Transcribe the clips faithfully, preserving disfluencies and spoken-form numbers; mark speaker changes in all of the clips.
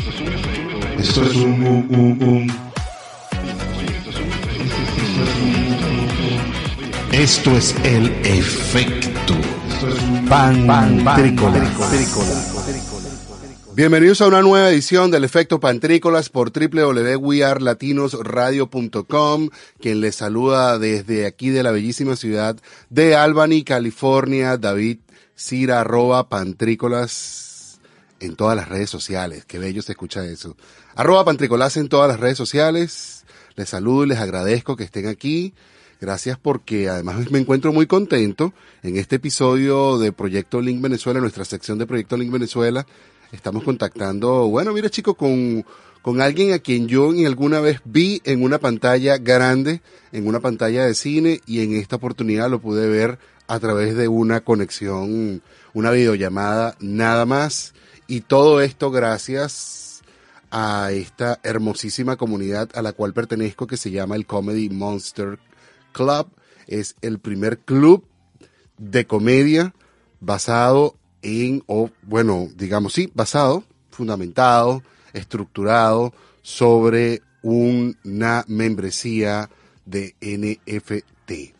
Speaker 1: Esto es un, un, un, un. Esto es el efecto Pantrícolas.
Speaker 2: Bienvenidos a una nueva edición del Efecto Pantrícolas por doble u doble u doble u punto we are latinos radio punto com, quien les saluda desde aquí de la bellísima ciudad de Albany, California, David Cira, arroba Pantrícolas en todas las redes sociales. Qué bello se escucha eso. Arroba Pantrícolas en todas las redes sociales. Les saludo y les agradezco que estén aquí. Gracias porque además me encuentro muy contento en este episodio de Proyecto Link Venezuela, nuestra sección de Proyecto Link Venezuela. Estamos contactando, bueno, mira chico, con, con alguien a quien yo en alguna vez vi en una pantalla grande, en una pantalla de cine, y en esta oportunidad lo pude ver a través de una conexión, una videollamada nada más. Y todo esto gracias a esta hermosísima comunidad a la cual pertenezco, que se llama el Comedy Monster Club. Es el primer club de comedia basado en, o bueno, digamos sí, basado, fundamentado, estructurado sobre una membresía de N F T.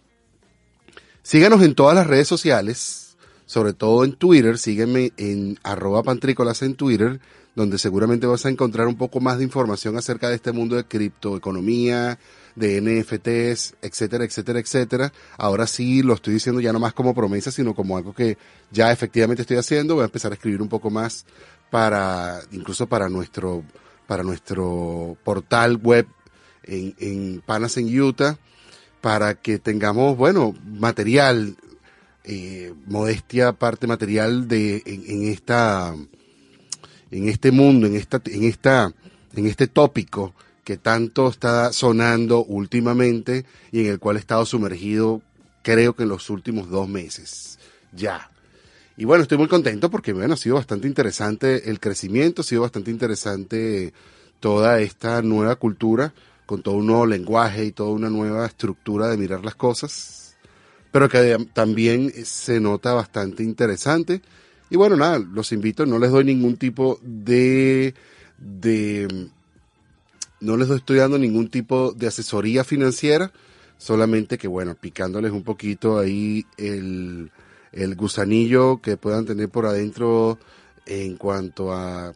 Speaker 2: Síganos en todas las redes sociales, sobre todo en Twitter. Sígueme en arroba Pantrícolas en Twitter, donde seguramente vas a encontrar un poco más de información acerca de este mundo de criptoeconomía, de N F Ts, etcétera, etcétera, etcétera. Ahora sí lo estoy diciendo ya no más como promesa, sino como algo que ya efectivamente estoy haciendo. Voy a empezar a escribir un poco más para, incluso para nuestro, para nuestro portal web en, en Panas en Utah, para que tengamos, bueno, material, eh, modestia aparte, material de, en, en esta, en este mundo, en esta, en esta, en este tópico que tanto está sonando últimamente y en el cual he estado sumergido, creo que en los últimos dos meses, ya. Y bueno, estoy muy contento porque, bueno, ha sido bastante interesante el crecimiento, ha sido bastante interesante toda esta nueva cultura, con todo un nuevo lenguaje y toda una nueva estructura de mirar las cosas, pero que también se nota bastante interesante. Y bueno, nada, los invito, no les doy ningún tipo de... de No les estoy dando ningún tipo de asesoría financiera, solamente que, bueno, picándoles un poquito ahí el, el gusanillo que puedan tener por adentro en cuanto a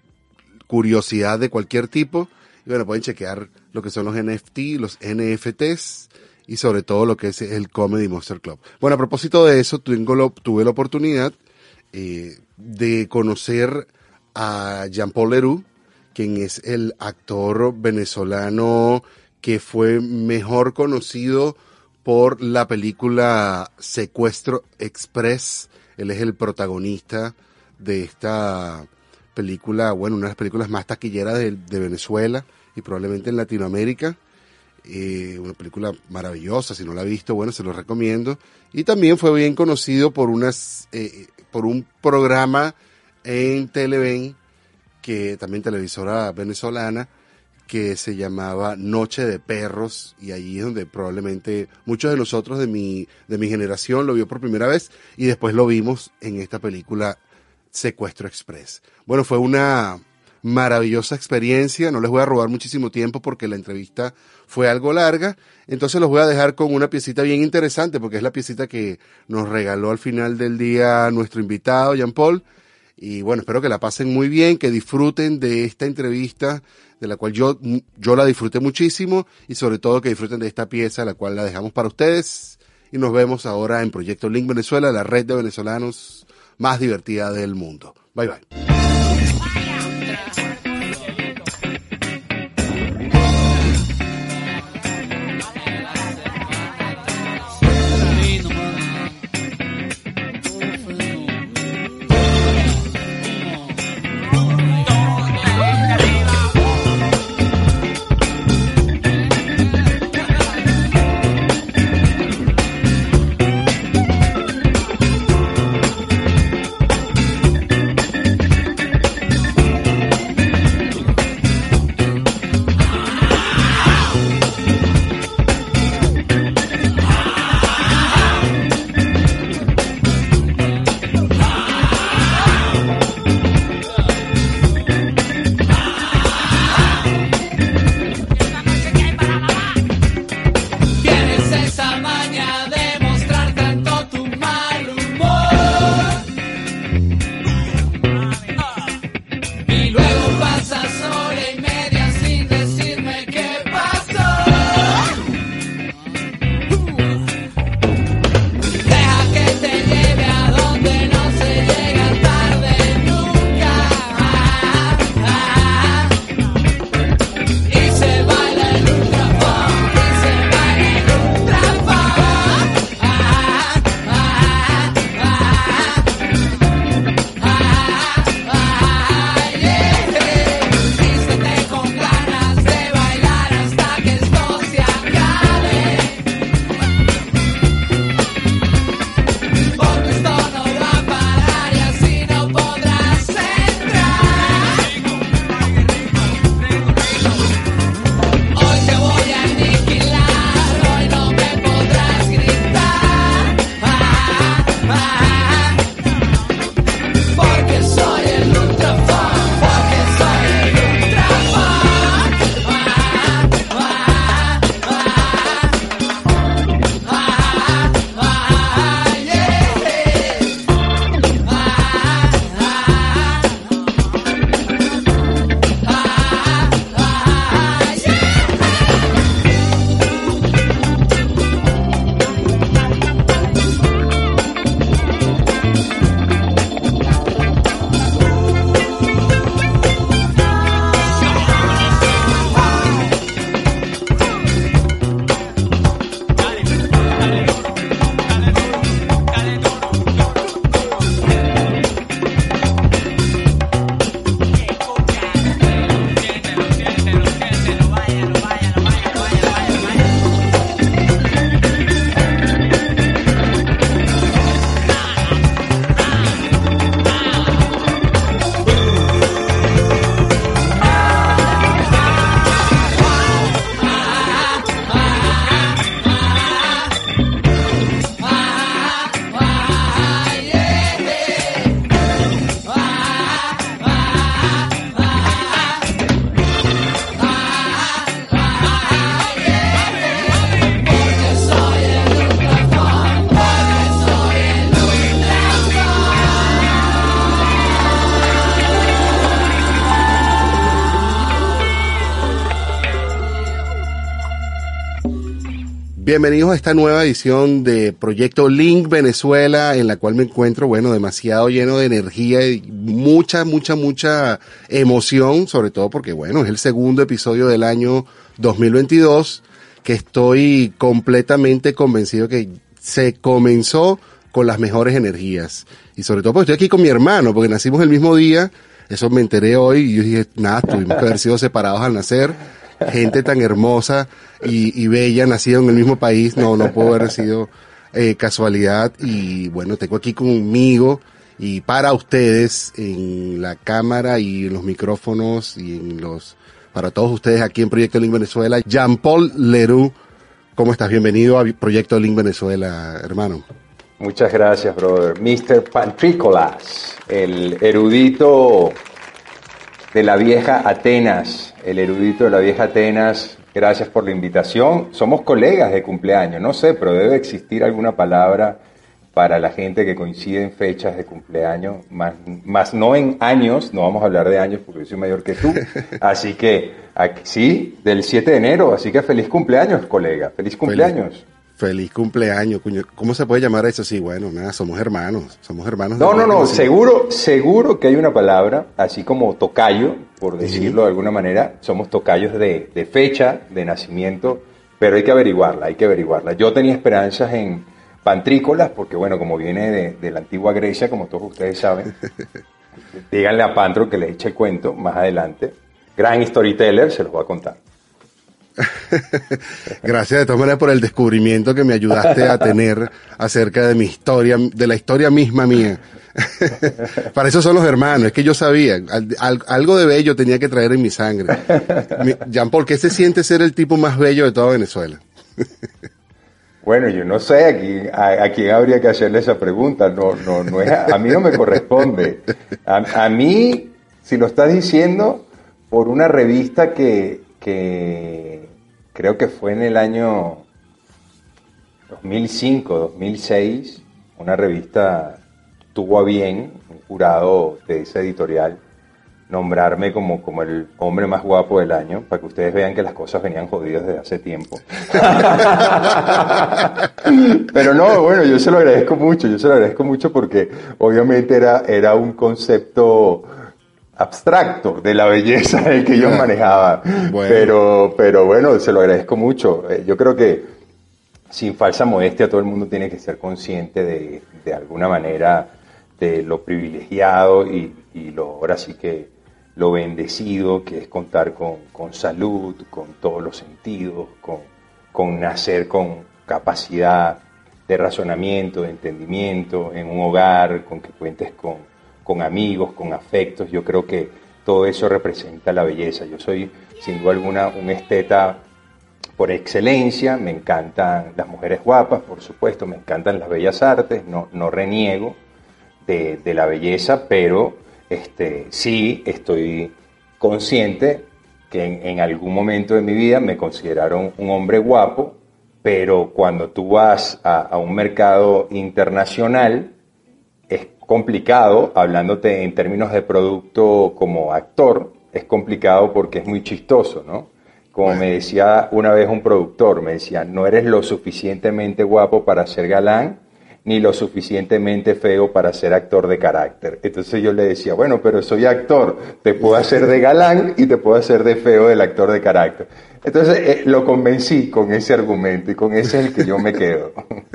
Speaker 2: curiosidad de cualquier tipo. Y bueno, pueden chequear lo que son los N F T, los N F Ts y sobre todo lo que es el Comedy Monster Club. Bueno, a propósito de eso, tengo lo, tuve la oportunidad eh, de conocer a Jean-Paul Leroux, quien es el actor venezolano que fue mejor conocido por la película Secuestro Express. Él es el protagonista de esta película, bueno, una de las películas más taquilleras de, de Venezuela y probablemente en Latinoamérica. Eh, una película maravillosa, si no la ha visto, bueno, se lo recomiendo. Y también fue bien conocido por, unas, eh, por un programa en Televen, que también televisora venezolana, que se llamaba Noche de Perros, y allí es donde probablemente muchos de nosotros de mi, de mi generación lo vio por primera vez, y después lo vimos en esta película Secuestro Express. Bueno, fue una maravillosa experiencia, no les voy a robar muchísimo tiempo porque la entrevista fue algo larga, entonces los voy a dejar con una piecita bien interesante, porque es la piecita que nos regaló al final del día nuestro invitado, Jean-Paul. Y bueno, espero que la pasen muy bien, que disfruten de esta entrevista, de la cual yo, yo la disfruté muchísimo, y sobre todo que disfruten de esta pieza, la cual la dejamos para ustedes. Y nos vemos ahora en Proyecto Link Venezuela, la red de venezolanos más divertida del mundo. Bye bye. Bienvenidos a esta nueva edición de Proyecto Link Venezuela, en la cual me encuentro, bueno, demasiado lleno de energía y mucha, mucha, mucha emoción, sobre todo porque, bueno, es el segundo episodio del año dos mil veintidós, que estoy completamente convencido que se comenzó con las mejores energías. Y sobre todo porque estoy aquí con mi hermano, porque nacimos el mismo día, eso me enteré hoy, y yo dije, nada, tuvimos que haber sido separados al nacer. Gente tan hermosa y, y bella, nacido en el mismo país, no, no puedo haber sido eh, casualidad. Y bueno, tengo aquí conmigo y para ustedes en la cámara y en los micrófonos y en los, para todos ustedes aquí en Proyecto Link Venezuela, Jean-Paul Leroux. ¿Cómo estás? Bienvenido a Proyecto Link Venezuela, hermano.
Speaker 3: Muchas gracias, brother. mister Pantrícolas, el erudito de la vieja Atenas, el erudito de la vieja Atenas, gracias por la invitación. Somos colegas de cumpleaños, no sé, pero debe existir alguna palabra para la gente que coincide en fechas de cumpleaños, más, más no en años, no vamos a hablar de años porque yo soy mayor que tú, así que aquí, sí, del siete de enero, así que feliz cumpleaños, colega, feliz cumpleaños.
Speaker 2: Feliz. Feliz cumpleaños, cuño. ¿Cómo se puede llamar eso? Sí, bueno, nada, somos hermanos, somos hermanos.
Speaker 3: No, no, no, seguro, seguro que hay una palabra, así como tocayo, por decirlo de alguna manera, somos tocayos de, de fecha, de nacimiento, pero hay que averiguarla, hay que averiguarla. Yo tenía esperanzas en Pantrícolas, porque bueno, como viene de, de la antigua Grecia, como todos ustedes saben, díganle a Pantro que le eche el cuento más adelante. Gran storyteller, se los voy a contar.
Speaker 2: Gracias de todas maneras por el descubrimiento que me ayudaste a tener acerca de mi historia, de la historia misma mía. Para eso son los hermanos, es que yo sabía, al, al, algo de bello tenía que traer en mi sangre. Jean-Paul, ¿qué se siente ser el tipo más bello de toda Venezuela?
Speaker 3: Bueno, yo no sé a quién, a, a quién habría que hacerle esa pregunta, no, no, no es, a, a mí no me corresponde. A, a mí, si lo estás diciendo, por una revista que, que creo que fue en el año dos mil cinco, dos mil seis, una revista tuvo a bien, un jurado de esa editorial, nombrarme como, como el hombre más guapo del año, para que ustedes vean que las cosas venían jodidas desde hace tiempo. Pero no, bueno, yo se lo agradezco mucho, yo se lo agradezco mucho porque obviamente era, era un concepto abstracto de la belleza el que ellos manejaban. Bueno. Pero, pero bueno, se lo agradezco mucho. Yo creo que sin falsa modestia todo el mundo tiene que ser consciente de, de alguna manera de lo privilegiado y, y lo, ahora sí que lo bendecido que es contar con, con salud, con todos los sentidos, con, con nacer con capacidad de razonamiento, de entendimiento en un hogar, con que cuentes con, con amigos, con afectos. Yo creo que todo eso representa la belleza. Yo soy, sin duda alguna, un esteta por excelencia. Me encantan las mujeres guapas, por supuesto, me encantan las bellas artes, no, no reniego de, de la belleza, pero este, sí estoy consciente que en, en algún momento de mi vida me consideraron un hombre guapo, pero cuando tú vas a, a un mercado internacional es complicado, hablándote en términos de producto como actor, es complicado porque es muy chistoso, ¿no? Como me decía una vez un productor, me decía, no eres lo suficientemente guapo para ser galán, ni lo suficientemente feo para ser actor de carácter. Entonces yo le decía, bueno, pero soy actor, te puedo hacer de galán y te puedo hacer de feo del actor de carácter. Entonces eh, lo convencí con ese argumento y con ese es el que yo me quedo.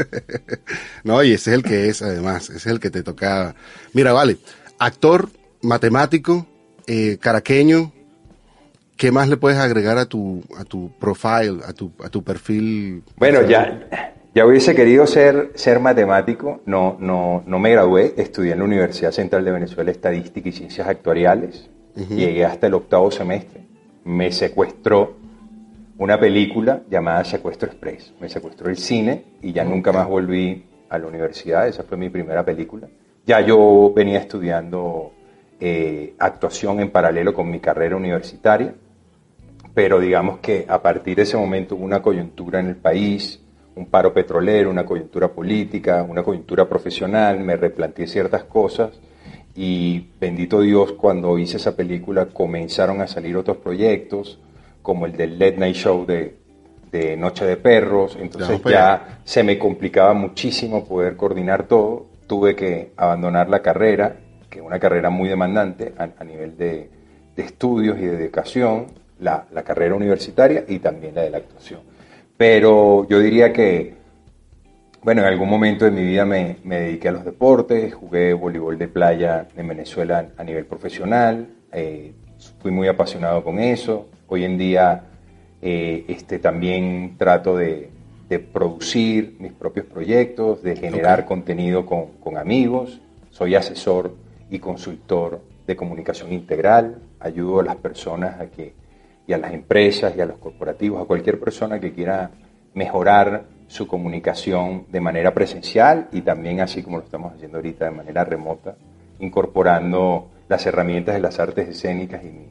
Speaker 2: No, y ese es el que es, además, ese es el que te tocaba. Mira, vale, actor, matemático, eh, caraqueño, ¿qué más le puedes agregar a tu, a tu profile, a tu, a tu perfil?
Speaker 3: Bueno, ya... Ya hubiese querido ser, ser matemático, no, no, no me gradué, estudié en la Universidad Central de Venezuela Estadística y Ciencias Actuariales, uh-huh. Llegué hasta el octavo semestre, me secuestró una película llamada Secuestro Express, me secuestró el cine y ya okay. Nunca más volví a la universidad, esa fue mi primera película. Ya yo venía estudiando eh, actuación en paralelo con mi carrera universitaria, pero digamos que a partir de ese momento hubo una coyuntura en el país, un paro petrolero, una coyuntura política, una coyuntura profesional, me replanteé ciertas cosas y bendito Dios, cuando hice esa película comenzaron a salir otros proyectos, como el del Late Night Show de, de Noche de Perros, entonces ya, ya se me complicaba muchísimo poder coordinar todo. Tuve que abandonar la carrera, que es una carrera muy demandante a, a nivel de, de estudios y de dedicación, la, la carrera universitaria y también la de la actuación. Pero yo diría que, bueno, en algún momento de mi vida me, me dediqué a los deportes, jugué voleibol de playa en Venezuela a nivel profesional, eh, fui muy apasionado con eso. Hoy en día eh, este, también trato de, de producir mis propios proyectos, de generar okay. contenido con, con amigos. Soy asesor y consultor de comunicación integral. Ayudo a las personas a que, y a las empresas y a los corporativos, a cualquier persona que quiera mejorar su comunicación de manera presencial y también, así como lo estamos haciendo ahorita, de manera remota, incorporando las herramientas de las artes escénicas y, mi,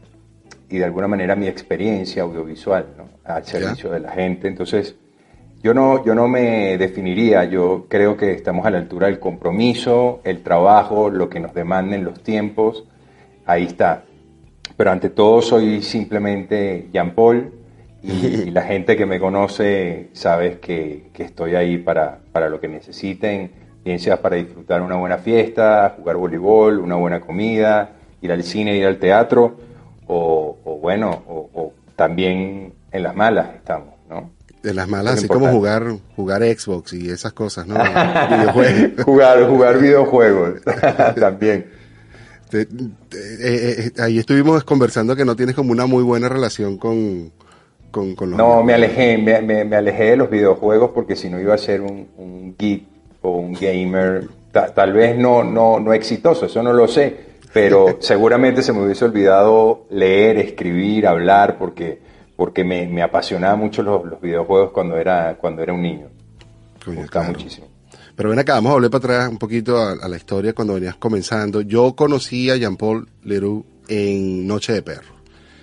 Speaker 3: y de alguna manera mi experiencia audiovisual, ¿no?, al servicio ¿Ya? de la gente. Entonces, yo no, yo no me definiría, yo creo que estamos a la altura del compromiso, el trabajo, lo que nos demanden los tiempos, ahí está. Pero ante todo soy simplemente Jean Paul, y, y la gente que me conoce sabe que, que estoy ahí para, para lo que necesiten, bien sea para disfrutar una buena fiesta, jugar voleibol, una buena comida, ir al cine, ir al teatro, o, o bueno, o, o también en las malas estamos, ¿no?
Speaker 2: En las malas, así como jugar jugar Xbox y esas cosas, ¿no? Videojuegos.
Speaker 3: jugar, jugar videojuegos, también.
Speaker 2: Te, te, eh, eh, ahí estuvimos conversando que no tienes como una muy buena relación con, con, con los
Speaker 3: No, me alejé, me, me, me alejé de los videojuegos porque si no iba a ser un, un geek o un gamer, ta, tal vez no, no, no exitoso, eso no lo sé, pero seguramente se me hubiese olvidado leer, escribir, hablar, porque, porque me, me apasionaba mucho los, los videojuegos cuando era, cuando era un niño. Coño, me gustaba claro. muchísimo.
Speaker 2: Pero ven acá, vamos a volver para atrás un poquito a, a la historia cuando venías comenzando. Yo conocí a Jean Paul Leroux en Noche de Perros.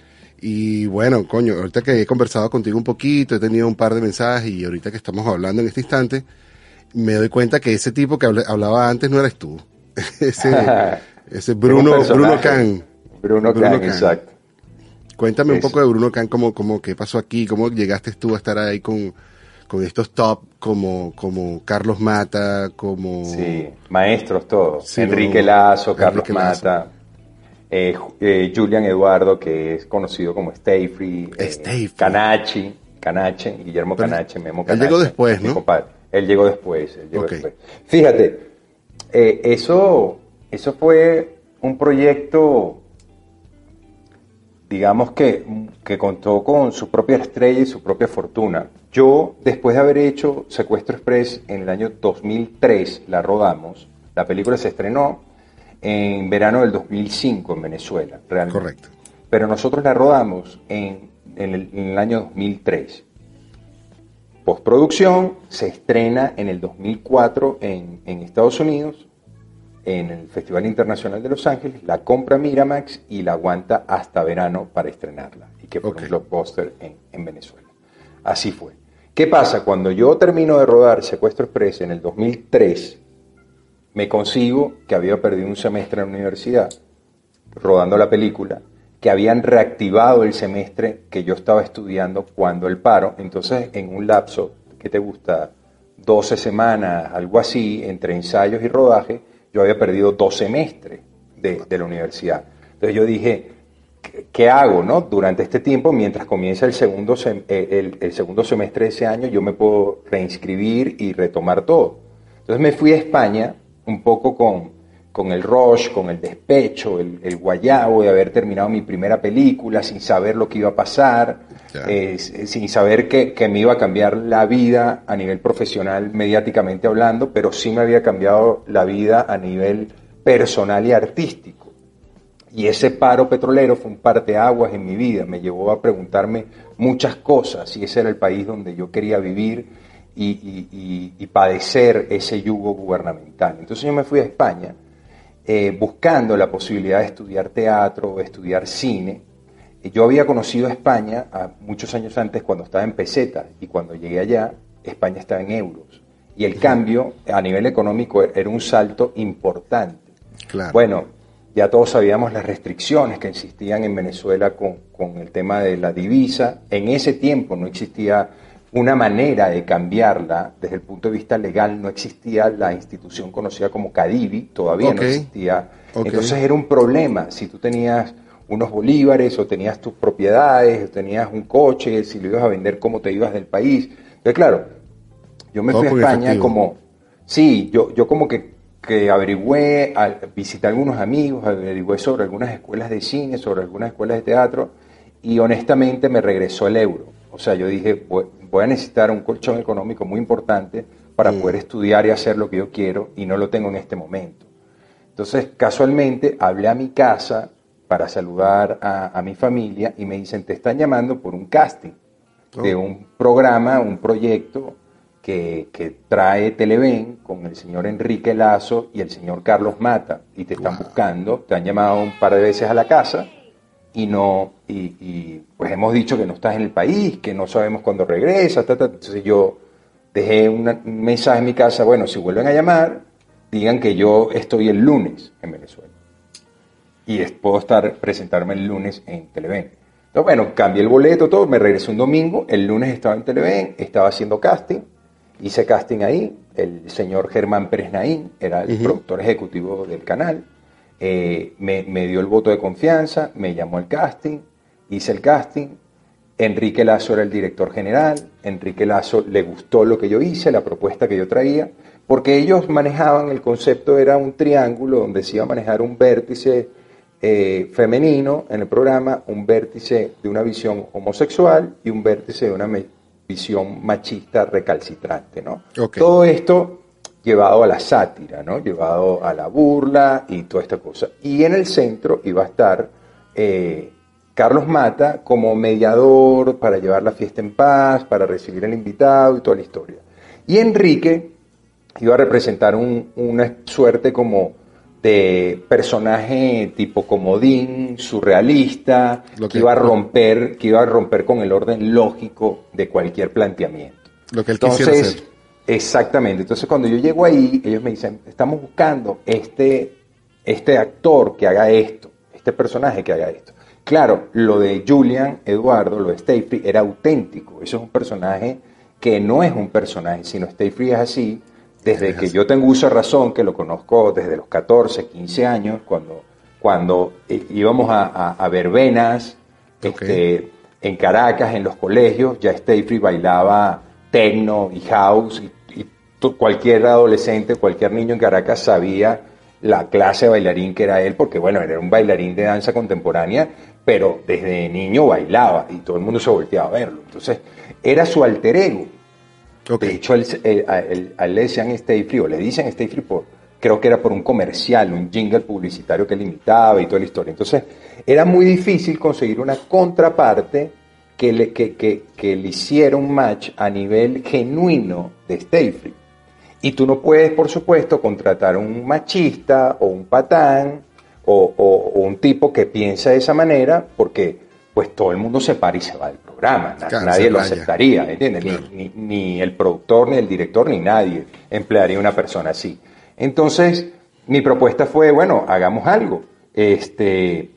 Speaker 2: Y bueno, coño, ahorita que he conversado contigo un poquito, he tenido un par de mensajes y ahorita que estamos hablando en este instante, me doy cuenta que ese tipo que hablaba antes no eres tú. ese, ese Bruno, Bruno Can.
Speaker 3: Bruno, Bruno Can, Can, exacto.
Speaker 2: Cuéntame Eso. un poco de Bruno Can, cómo, cómo, qué pasó aquí, cómo llegaste tú a estar ahí con... con estos top como, como Carlos Mata, como...
Speaker 3: Sí, maestros todos. Sí, Enrique Lazo, Carlos Enrique Mata, Lazo. Eh, eh, Julian Eduardo, que es conocido como Stay Free, eh, Canachi, Canache, Guillermo Pero Canache, Memo Canache.
Speaker 2: Él llegó después, ¿no?
Speaker 3: Compadre. Él llegó después, él llegó
Speaker 2: okay.
Speaker 3: después. Fíjate, eh, eso, eso fue un proyecto, digamos que, que contó con su propia estrella y su propia fortuna. Yo, después de haber hecho Secuestro Express en el año dos mil tres, la rodamos, la película se estrenó en verano del dos mil cinco en Venezuela, realmente.
Speaker 2: Correcto.
Speaker 3: Pero nosotros la rodamos en, en, el, en el año dos mil tres. Postproducción se estrena en el dos mil cuatro en, en Estados Unidos, en el Festival Internacional de Los Ángeles, la compra Miramax y la aguanta hasta verano para estrenarla, y que fue okay. un blockbuster en, en Venezuela. Así fue. ¿Qué pasa? Cuando yo termino de rodar Secuestro Express en el dos mil tres, me consigo que había perdido un semestre en la universidad, rodando la película, que habían reactivado el semestre que yo estaba estudiando cuando el paro. Entonces, en un lapso, ¿qué te gusta? doce semanas, algo así, entre ensayos y rodaje, yo había perdido dos semestres de, de la universidad. Entonces yo dije, ¿qué hago, no? Durante este tiempo, mientras comienza el segundo, sem- el, el segundo semestre de ese año, yo me puedo reinscribir y retomar todo. Entonces me fui a España, un poco con, con el rush, con el despecho, el, el guayabo de haber terminado mi primera película, sin saber lo que iba a pasar, eh, sin saber que, que me iba a cambiar la vida a nivel profesional, mediáticamente hablando, pero sí me había cambiado la vida a nivel personal y artístico. Y ese paro petrolero fue un parteaguas en mi vida, me llevó a preguntarme muchas cosas, si ese era el país donde yo quería vivir y, y, y, y padecer ese yugo gubernamental. Entonces yo me fui a España eh, buscando la posibilidad de estudiar teatro o estudiar cine. Yo había conocido a España a muchos años antes cuando estaba en pesetas, y cuando llegué allá, España estaba en euros. Y el cambio a nivel económico era un salto importante.
Speaker 2: Claro.
Speaker 3: Bueno, ya todos sabíamos las restricciones que existían en Venezuela con, con el tema de la divisa. En ese tiempo no existía una manera de cambiarla desde el punto de vista legal, no existía la institución conocida como Cadivi, todavía okay. no existía. Okay. Entonces era un problema si tú tenías unos bolívares o tenías tus propiedades, o tenías un coche, si lo ibas a vender, cómo te ibas del país. Entonces, claro, yo me fui a España efectivo. como, sí, yo, yo como que, que averigüé, al, visité a algunos amigos, averigüé sobre algunas escuelas de cine, sobre algunas escuelas de teatro, y honestamente me regresó el euro. O sea, yo dije, voy, voy a necesitar un colchón económico muy importante para mm. poder estudiar y hacer lo que yo quiero, y no lo tengo en este momento. Entonces, casualmente, hablé a mi casa para saludar a, a mi familia y me dicen, te están llamando por un casting oh. de un programa, un proyecto que, que trae Televen con el señor Enrique Lazo y el señor Carlos Mata, y te están wow. buscando, te han llamado un par de veces a la casa y no y, y pues hemos dicho que no estás en el país, que no sabemos cuándo regresas, ta, ta. Entonces yo dejé una, un mensaje en mi casa, bueno, si vuelven a llamar, digan que yo estoy el lunes en Venezuela y puedo estar, presentarme el lunes en Televen. Entonces, bueno, cambié el boleto, todo, me regresé un domingo, el lunes estaba en Televen, estaba haciendo casting, hice casting ahí, el señor Germán Pérez Naín era el uh-huh. productor ejecutivo del canal, eh, me, me dio el voto de confianza, me llamó al casting, hice el casting, Enrique Lazo era el director general, Enrique Lazo le gustó lo que yo hice, la propuesta que yo traía, porque ellos manejaban, el concepto era un triángulo donde se iba a manejar un vértice eh, femenino en el programa, un vértice de una visión homosexual y un vértice de una me- visión machista recalcitrante, ¿no? Okay. Todo esto llevado a la sátira, ¿no? Llevado a la burla y toda esta cosa. Y en el centro iba a estar eh, Carlos Mata como mediador para llevar la fiesta en paz, para recibir al invitado y toda la historia. Y Enrique iba a representar un, una suerte como de personaje tipo comodín, surrealista, que, que iba a romper, que iba a romper con el orden lógico de cualquier planteamiento.
Speaker 2: Lo que él quisiera hacer.
Speaker 3: Exactamente. Entonces, cuando yo llego ahí, ellos me dicen, estamos buscando este, este actor que haga esto, este personaje que haga esto. Claro, lo de Julian Eduardo, lo de Stay Free, era auténtico. Eso es un personaje que no es un personaje, sino Stay Free es así. Desde que yo tengo uso de razón, que lo conozco desde los catorce, quince años, cuando, cuando íbamos a, a, a verbenas okay. este, en Caracas, en los colegios, ya Stay Free bailaba techno y house, y, y t- cualquier adolescente, cualquier niño en Caracas sabía la clase de bailarín que era él, porque bueno, era un bailarín de danza contemporánea, pero desde niño bailaba y todo el mundo se volteaba a verlo. Entonces, era su alter ego. Okay. De hecho, él, él, él, a él le decían Stay Free, o le dicen Stay Free por, creo que era por un comercial, un jingle publicitario que él imitaba y toda la historia. Entonces, era muy difícil conseguir una contraparte que le, que, que, que le hiciera un match a nivel genuino de Stay Free. Y tú no puedes, por supuesto, contratar a un machista o un patán o, o, o un tipo que piensa de esa manera, porque pues todo el mundo se para y se va del programa. Claro, nadie lo aceptaría, ¿entiendes? Claro. Ni, ni, ni el productor, ni el director, ni nadie emplearía una persona así. Entonces, mi propuesta fue, bueno, hagamos algo. Este,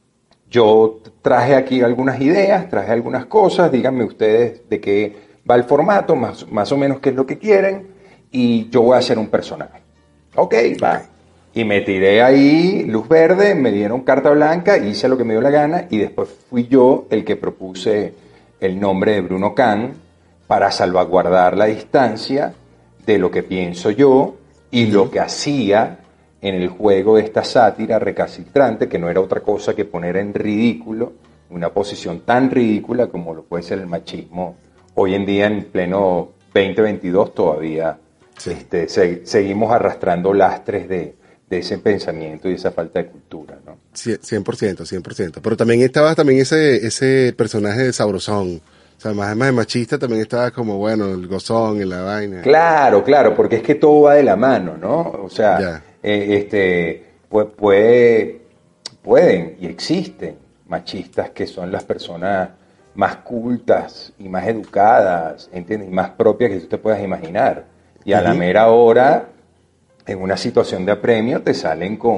Speaker 3: yo traje aquí algunas ideas, traje algunas cosas, díganme ustedes de qué va el formato, más, más o menos qué es lo que quieren, y yo voy a hacer un personaje. Ok, va. Y me tiré ahí, luz verde, me dieron carta blanca, hice lo que me dio la gana, y después fui yo el que propuse el nombre de Bruno Khan para salvaguardar la distancia de lo que pienso yo y uh-huh. lo que hacía en el juego de esta sátira recalcitrante, que no era otra cosa que poner en ridículo una posición tan ridícula como lo puede ser el machismo. Hoy en día, en pleno veinte veintidós, todavía sí. este, se, seguimos arrastrando lastres de... de ese pensamiento y esa falta de cultura, ¿no?
Speaker 2: cien por ciento, cien por ciento. Pero también estaba también ese ese personaje de sabrosón. O sea, más, más de machista también estaba como, bueno, el gozón en la vaina.
Speaker 3: Claro, claro, porque es que todo va de la mano, ¿no? O sea, eh, este, pues puede, pueden y existen machistas que son las personas más cultas y más educadas, ¿entiendes? Y más propias que tú te puedas imaginar. Y a uh-huh. la mera hora, en una situación de apremio, te salen con,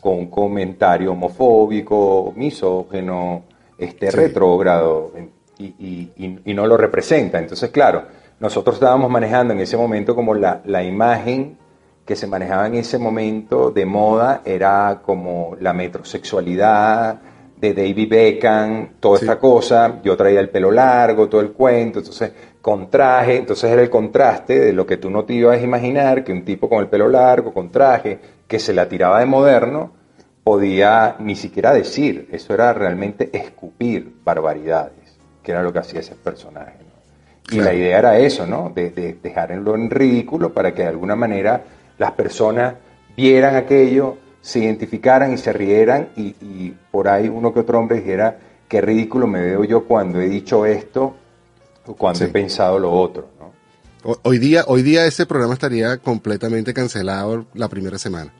Speaker 3: con un comentario homofóbico, misógino, este,
Speaker 2: sí.
Speaker 3: retrógrado, y, y, y, y no lo representa. Entonces, claro, nosotros estábamos manejando en ese momento como la, la imagen que se manejaba en ese momento de moda era como la metrosexualidad de David Beckham, toda sí. esta cosa. Yo traía el pelo largo, todo el cuento, entonces con traje, entonces era el contraste de lo que tú no te ibas a imaginar, que un tipo con el pelo largo, con traje, que se la tiraba de moderno, podía ni siquiera decir. Eso era realmente escupir barbaridades, que era lo que hacía ese personaje, ¿no? Y claro. la idea era eso, ¿no? De, de dejarlo en ridículo para que de alguna manera las personas vieran aquello, se identificaran y se rieran, y, y por ahí uno que otro hombre dijera, qué ridículo me veo yo cuando he dicho esto o cuando sí. he pensado lo otro, ¿no?
Speaker 2: Hoy día, hoy día ese programa estaría completamente cancelado la primera semana.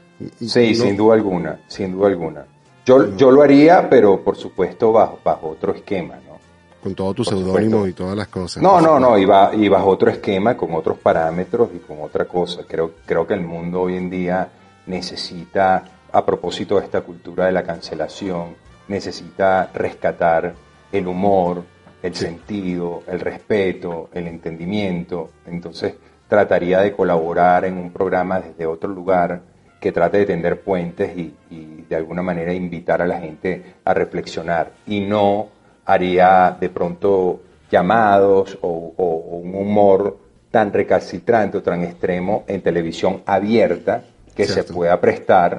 Speaker 3: Sí, no. sin duda alguna, sin duda alguna. Yo,
Speaker 2: no.
Speaker 3: yo lo haría, pero por supuesto bajo, bajo otro esquema, ¿no?
Speaker 2: Con todo tu seudónimo y todas las cosas.
Speaker 3: No, no, no, y, va, y bajo otro esquema, con otros parámetros y con otra cosa. Creo, creo que el mundo hoy en día necesita, a propósito de esta cultura de la cancelación, necesita rescatar el humor, el sí. sentido, el respeto, el entendimiento. Entonces trataría de colaborar en un programa desde otro lugar que trate de tender puentes y, y de alguna manera invitar a la gente a reflexionar, y no haría de pronto llamados o, o, o un humor tan recalcitrante o tan extremo en televisión abierta que Cierto. se pueda prestar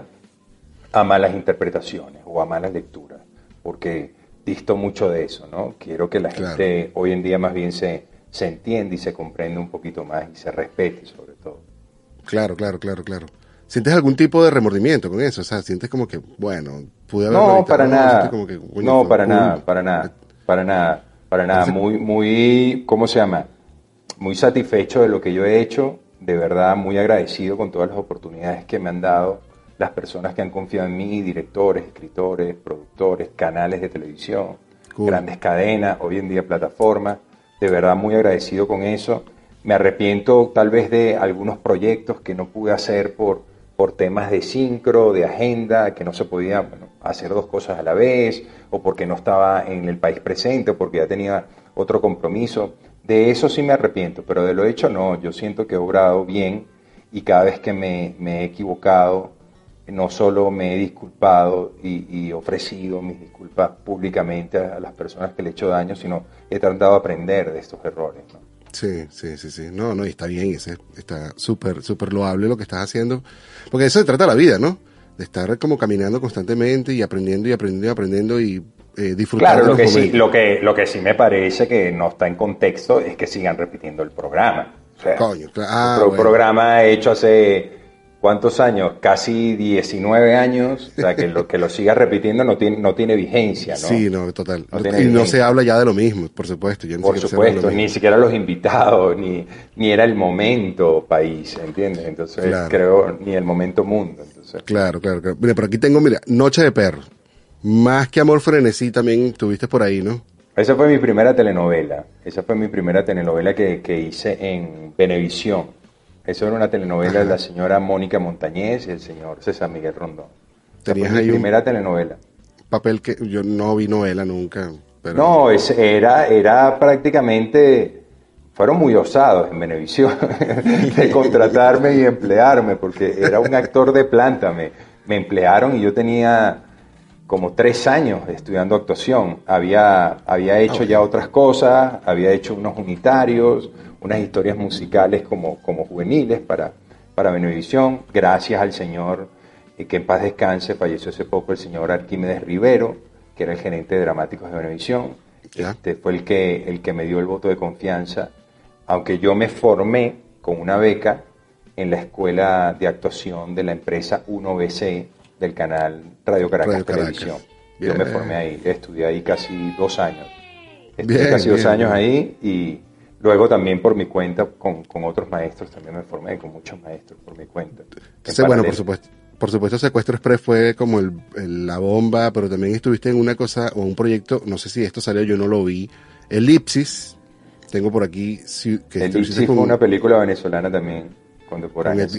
Speaker 3: a malas interpretaciones o a malas lecturas, porque disto mucho de eso, ¿no? Quiero que la claro. gente hoy en día más bien se, se entienda y se comprenda un poquito más y se respete sobre todo.
Speaker 2: Claro, claro, claro, claro. ¿Sientes algún tipo de remordimiento con eso? O sea, sientes como que, bueno, pude haber...
Speaker 3: No, para
Speaker 2: no,
Speaker 3: nada.
Speaker 2: Como que,
Speaker 3: no, para cool. nada, para nada, para nada, para nada. Muy, muy, ¿cómo se llama? Muy satisfecho de lo que yo he hecho. De verdad, muy agradecido con todas las oportunidades que me han dado las personas que han confiado en mí, directores, escritores, productores, canales de televisión, cool. grandes cadenas, hoy en día plataformas. De verdad, muy agradecido con eso. Me arrepiento tal vez de algunos proyectos que no pude hacer por, por temas de sincro, de agenda, que no se podía bueno, hacer dos cosas a la vez, o porque no estaba en el país presente, o porque ya tenía otro compromiso. De eso sí me arrepiento, pero de lo hecho no. Yo siento que he obrado bien, y cada vez que me, me he equivocado, no solo me he disculpado y, y ofrecido mis disculpas públicamente a, a las personas que le he hecho daño, sino he tratado de aprender de estos errores, ¿no?
Speaker 2: Sí, sí, sí, sí. No, no, y está bien, ese, está súper, súper loable lo que estás haciendo, porque de eso se trata la vida, ¿no? De estar como caminando constantemente y aprendiendo y aprendiendo y aprendiendo y eh, disfrutando.
Speaker 3: Claro, lo que,
Speaker 2: momentos.
Speaker 3: sí, lo, que, lo que sí me parece que no está en contexto es que sigan repitiendo el programa. O sea,
Speaker 2: Coño, claro. Ah,
Speaker 3: un
Speaker 2: bueno.
Speaker 3: programa hecho hace... ¿Cuántos años? Casi diecinueve años, o sea, que lo que lo siga repitiendo no tiene, no tiene vigencia, ¿no?
Speaker 2: Sí, no, total.
Speaker 3: No
Speaker 2: y
Speaker 3: tiene
Speaker 2: no
Speaker 3: vigencia.
Speaker 2: se habla ya de lo mismo, por supuesto. Ya
Speaker 3: por supuesto, ni siquiera los invitados, ni, ni era el momento país, ¿entiendes? Entonces, claro. creo, ni el momento mundo. Entonces.
Speaker 2: Claro, claro, claro. Mira, por aquí tengo, mira, Noche de Perros. Más que Amor Frenesí también tuviste por ahí, ¿no?
Speaker 3: Esa fue mi primera telenovela. Esa fue mi primera telenovela que, que hice en Venevisión. Eso era una telenovela Ajá. de la señora Mónica Montañez y el señor César Miguel Rondón.
Speaker 2: ¿Tenías
Speaker 3: fue mi
Speaker 2: ahí
Speaker 3: primera telenovela.
Speaker 2: Papel que yo no vi novela nunca. Pero...
Speaker 3: No, es, era, era prácticamente... Fueron muy osados en Venevisión de contratarme y emplearme, porque era un actor de planta. Me, me emplearon y yo tenía como tres años estudiando actuación. Había, había hecho okay. ya otras cosas, había hecho unos unitarios, unas historias musicales como, como juveniles para, para Venevisión, gracias al señor, eh, que en paz descanse, falleció hace poco el señor Arquímedes Rivero, que era el gerente de dramáticos de Venevisión. Este, fue el que, el que me dio el voto de confianza, aunque yo me formé con una beca en la escuela de actuación de la empresa uno B C del canal Radio Caracas, Radio Caracas. Televisión. Bien. Yo me formé ahí, estudié ahí casi dos años. Estudié bien, casi bien, dos años bien. ahí y... Luego también por mi cuenta, con, con otros maestros, también me formé con muchos maestros por mi cuenta.
Speaker 2: Sí, bueno, por supuesto. Por supuesto, Secuestro Express fue como el, el, la bomba, pero también estuviste en una cosa, o un proyecto, no sé si esto salió, yo no lo vi, Elipsis, tengo por aquí... Que
Speaker 3: Elipsis fue una película venezolana también, contemporánea,
Speaker 2: con,
Speaker 3: sí.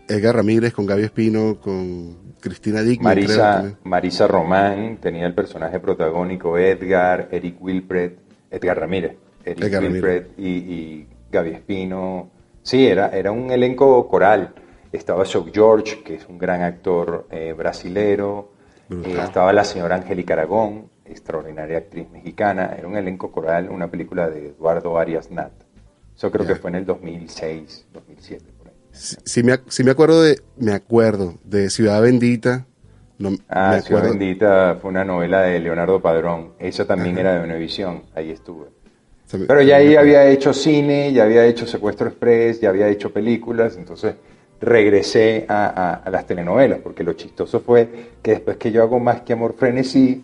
Speaker 2: Edgar Ramírez, con Gaby Espino, con Cristina Dickman.
Speaker 3: Marisa,
Speaker 2: creo,
Speaker 3: Marisa Román tenía el personaje protagónico, Edgar, Eric Wilpret, Edgar Ramírez, Eric
Speaker 2: Edgar
Speaker 3: Wilpret y, y Gaby Espino. Sí, era, era un elenco coral. Estaba Shock George, que es un gran actor eh, brasilero. Eh, estaba la señora Angélica Aragón, extraordinaria actriz mexicana. Era un elenco coral, una película de Eduardo Arias Nat. Eso creo yeah. que fue en el dos mil seis, dos mil siete. Por ahí.
Speaker 2: Sí, sí, me, sí me acuerdo de me acuerdo de Ciudad Bendita. No,
Speaker 3: ah,
Speaker 2: me
Speaker 3: Ciudad Bendita fue una novela de Leonardo Padrón. Esa también Ajá. era de Venevisión. Ahí estuve. Se me, Pero ya ahí había hecho cine, ya había hecho Secuestro Express, ya había hecho películas. Entonces regresé a, a, a las telenovelas, porque lo chistoso fue que después que yo hago Más que Amor Frenesí,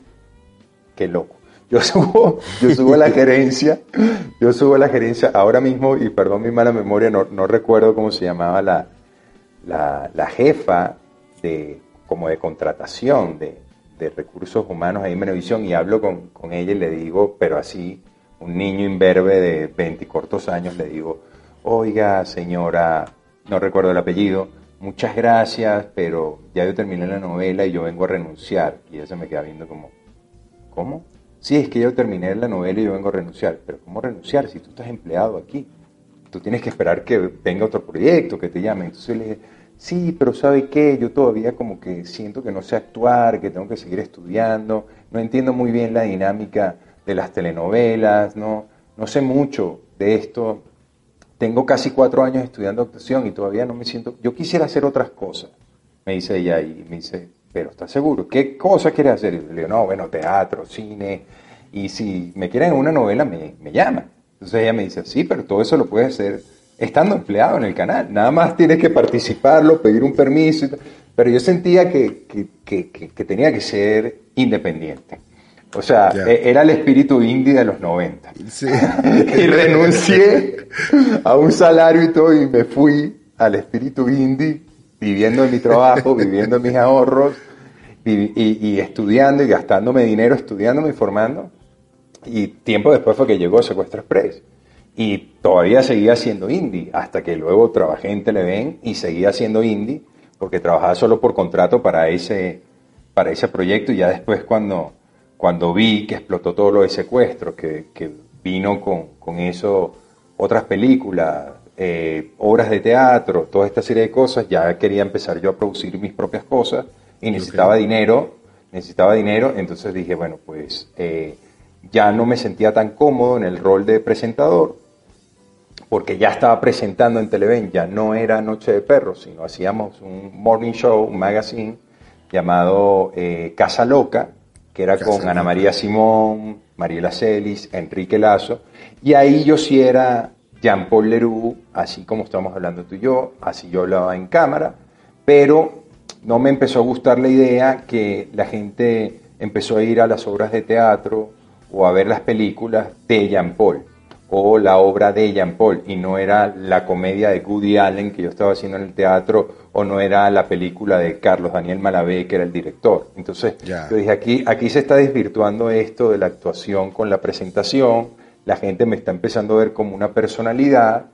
Speaker 3: qué loco. Yo subo, yo subo a la gerencia, yo subo a la gerencia ahora mismo, y perdón mi mala memoria, no, no recuerdo cómo se llamaba la, la, la jefa de, como de contratación de, de recursos humanos ahí en Venevisión, y hablo con, con ella y le digo, pero así, un niño imberbe de veinte y cortos años, le digo, oiga señora, no recuerdo el apellido, muchas gracias, pero ya yo terminé la novela y yo vengo a renunciar. Y ella se me queda viendo como, ¿cómo? Sí, es que yo terminé la novela y yo vengo a renunciar. Pero ¿cómo renunciar si tú estás empleado aquí? Tú tienes que esperar que venga otro proyecto, que te llame. Entonces yo le dije, sí, pero ¿sabe qué? Yo todavía como que siento que no sé actuar, que tengo que seguir estudiando. No entiendo muy bien la dinámica de las telenovelas, no, no sé mucho de esto. Tengo casi cuatro años estudiando actuación y todavía no me siento... Yo quisiera hacer otras cosas, me dice ella, y me dice, pero ¿estás seguro? ¿Qué cosas quieres hacer? Y le digo, no, bueno, teatro, cine, y si me quieren en una novela, me, me llaman. Entonces ella me dice, sí, pero todo eso lo puedes hacer estando empleado en el canal. Nada más tienes que participarlo, pedir un permiso. Y tal. Pero yo sentía que, que, que, que, que tenía que ser independiente. O sea, yeah. era el espíritu indie de los noventa. Sí. Y renuncié a un salario y todo y me fui al espíritu indie, viviendo en mi trabajo, viviendo en mis ahorros, y, y, y estudiando y gastándome dinero, estudiándome y formando. Y tiempo después fue que llegó Secuestro Express. Y todavía seguía siendo indie, hasta que luego trabajé en Televen y seguía siendo indie, porque trabajaba solo por contrato para ese, para ese proyecto. Y ya después cuando... Cuando vi que explotó todo lo de Secuestro, que, que vino con, con eso otras películas, eh, obras de teatro, toda esta serie de cosas, ya quería empezar yo a producir mis propias cosas y necesitaba okay. dinero, necesitaba dinero, entonces dije, bueno, pues eh, ya no me sentía tan cómodo en el rol de presentador, porque ya estaba presentando en Televen, ya no era Noche de Perros, sino hacíamos un morning show, un magazine llamado eh, Casa Loca, que era con Ana María Simón, Mariela Celis, Enrique Lazo, y ahí yo sí era Jean-Paul Leroux, así como estamos hablando tú y yo, así yo hablaba en cámara, pero no me empezó a gustar la idea que la gente empezó a ir a las obras de teatro o a ver las películas de Jean-Paul, o la obra de Jean-Paul, y no era la comedia de Woody Allen que yo estaba haciendo en el teatro, o no era la película de Carlos Daniel Malavé, que era el director. Entonces, yeah. yo dije, aquí, aquí se está desvirtuando esto de la actuación con la presentación, la gente me está empezando a ver como una personalidad,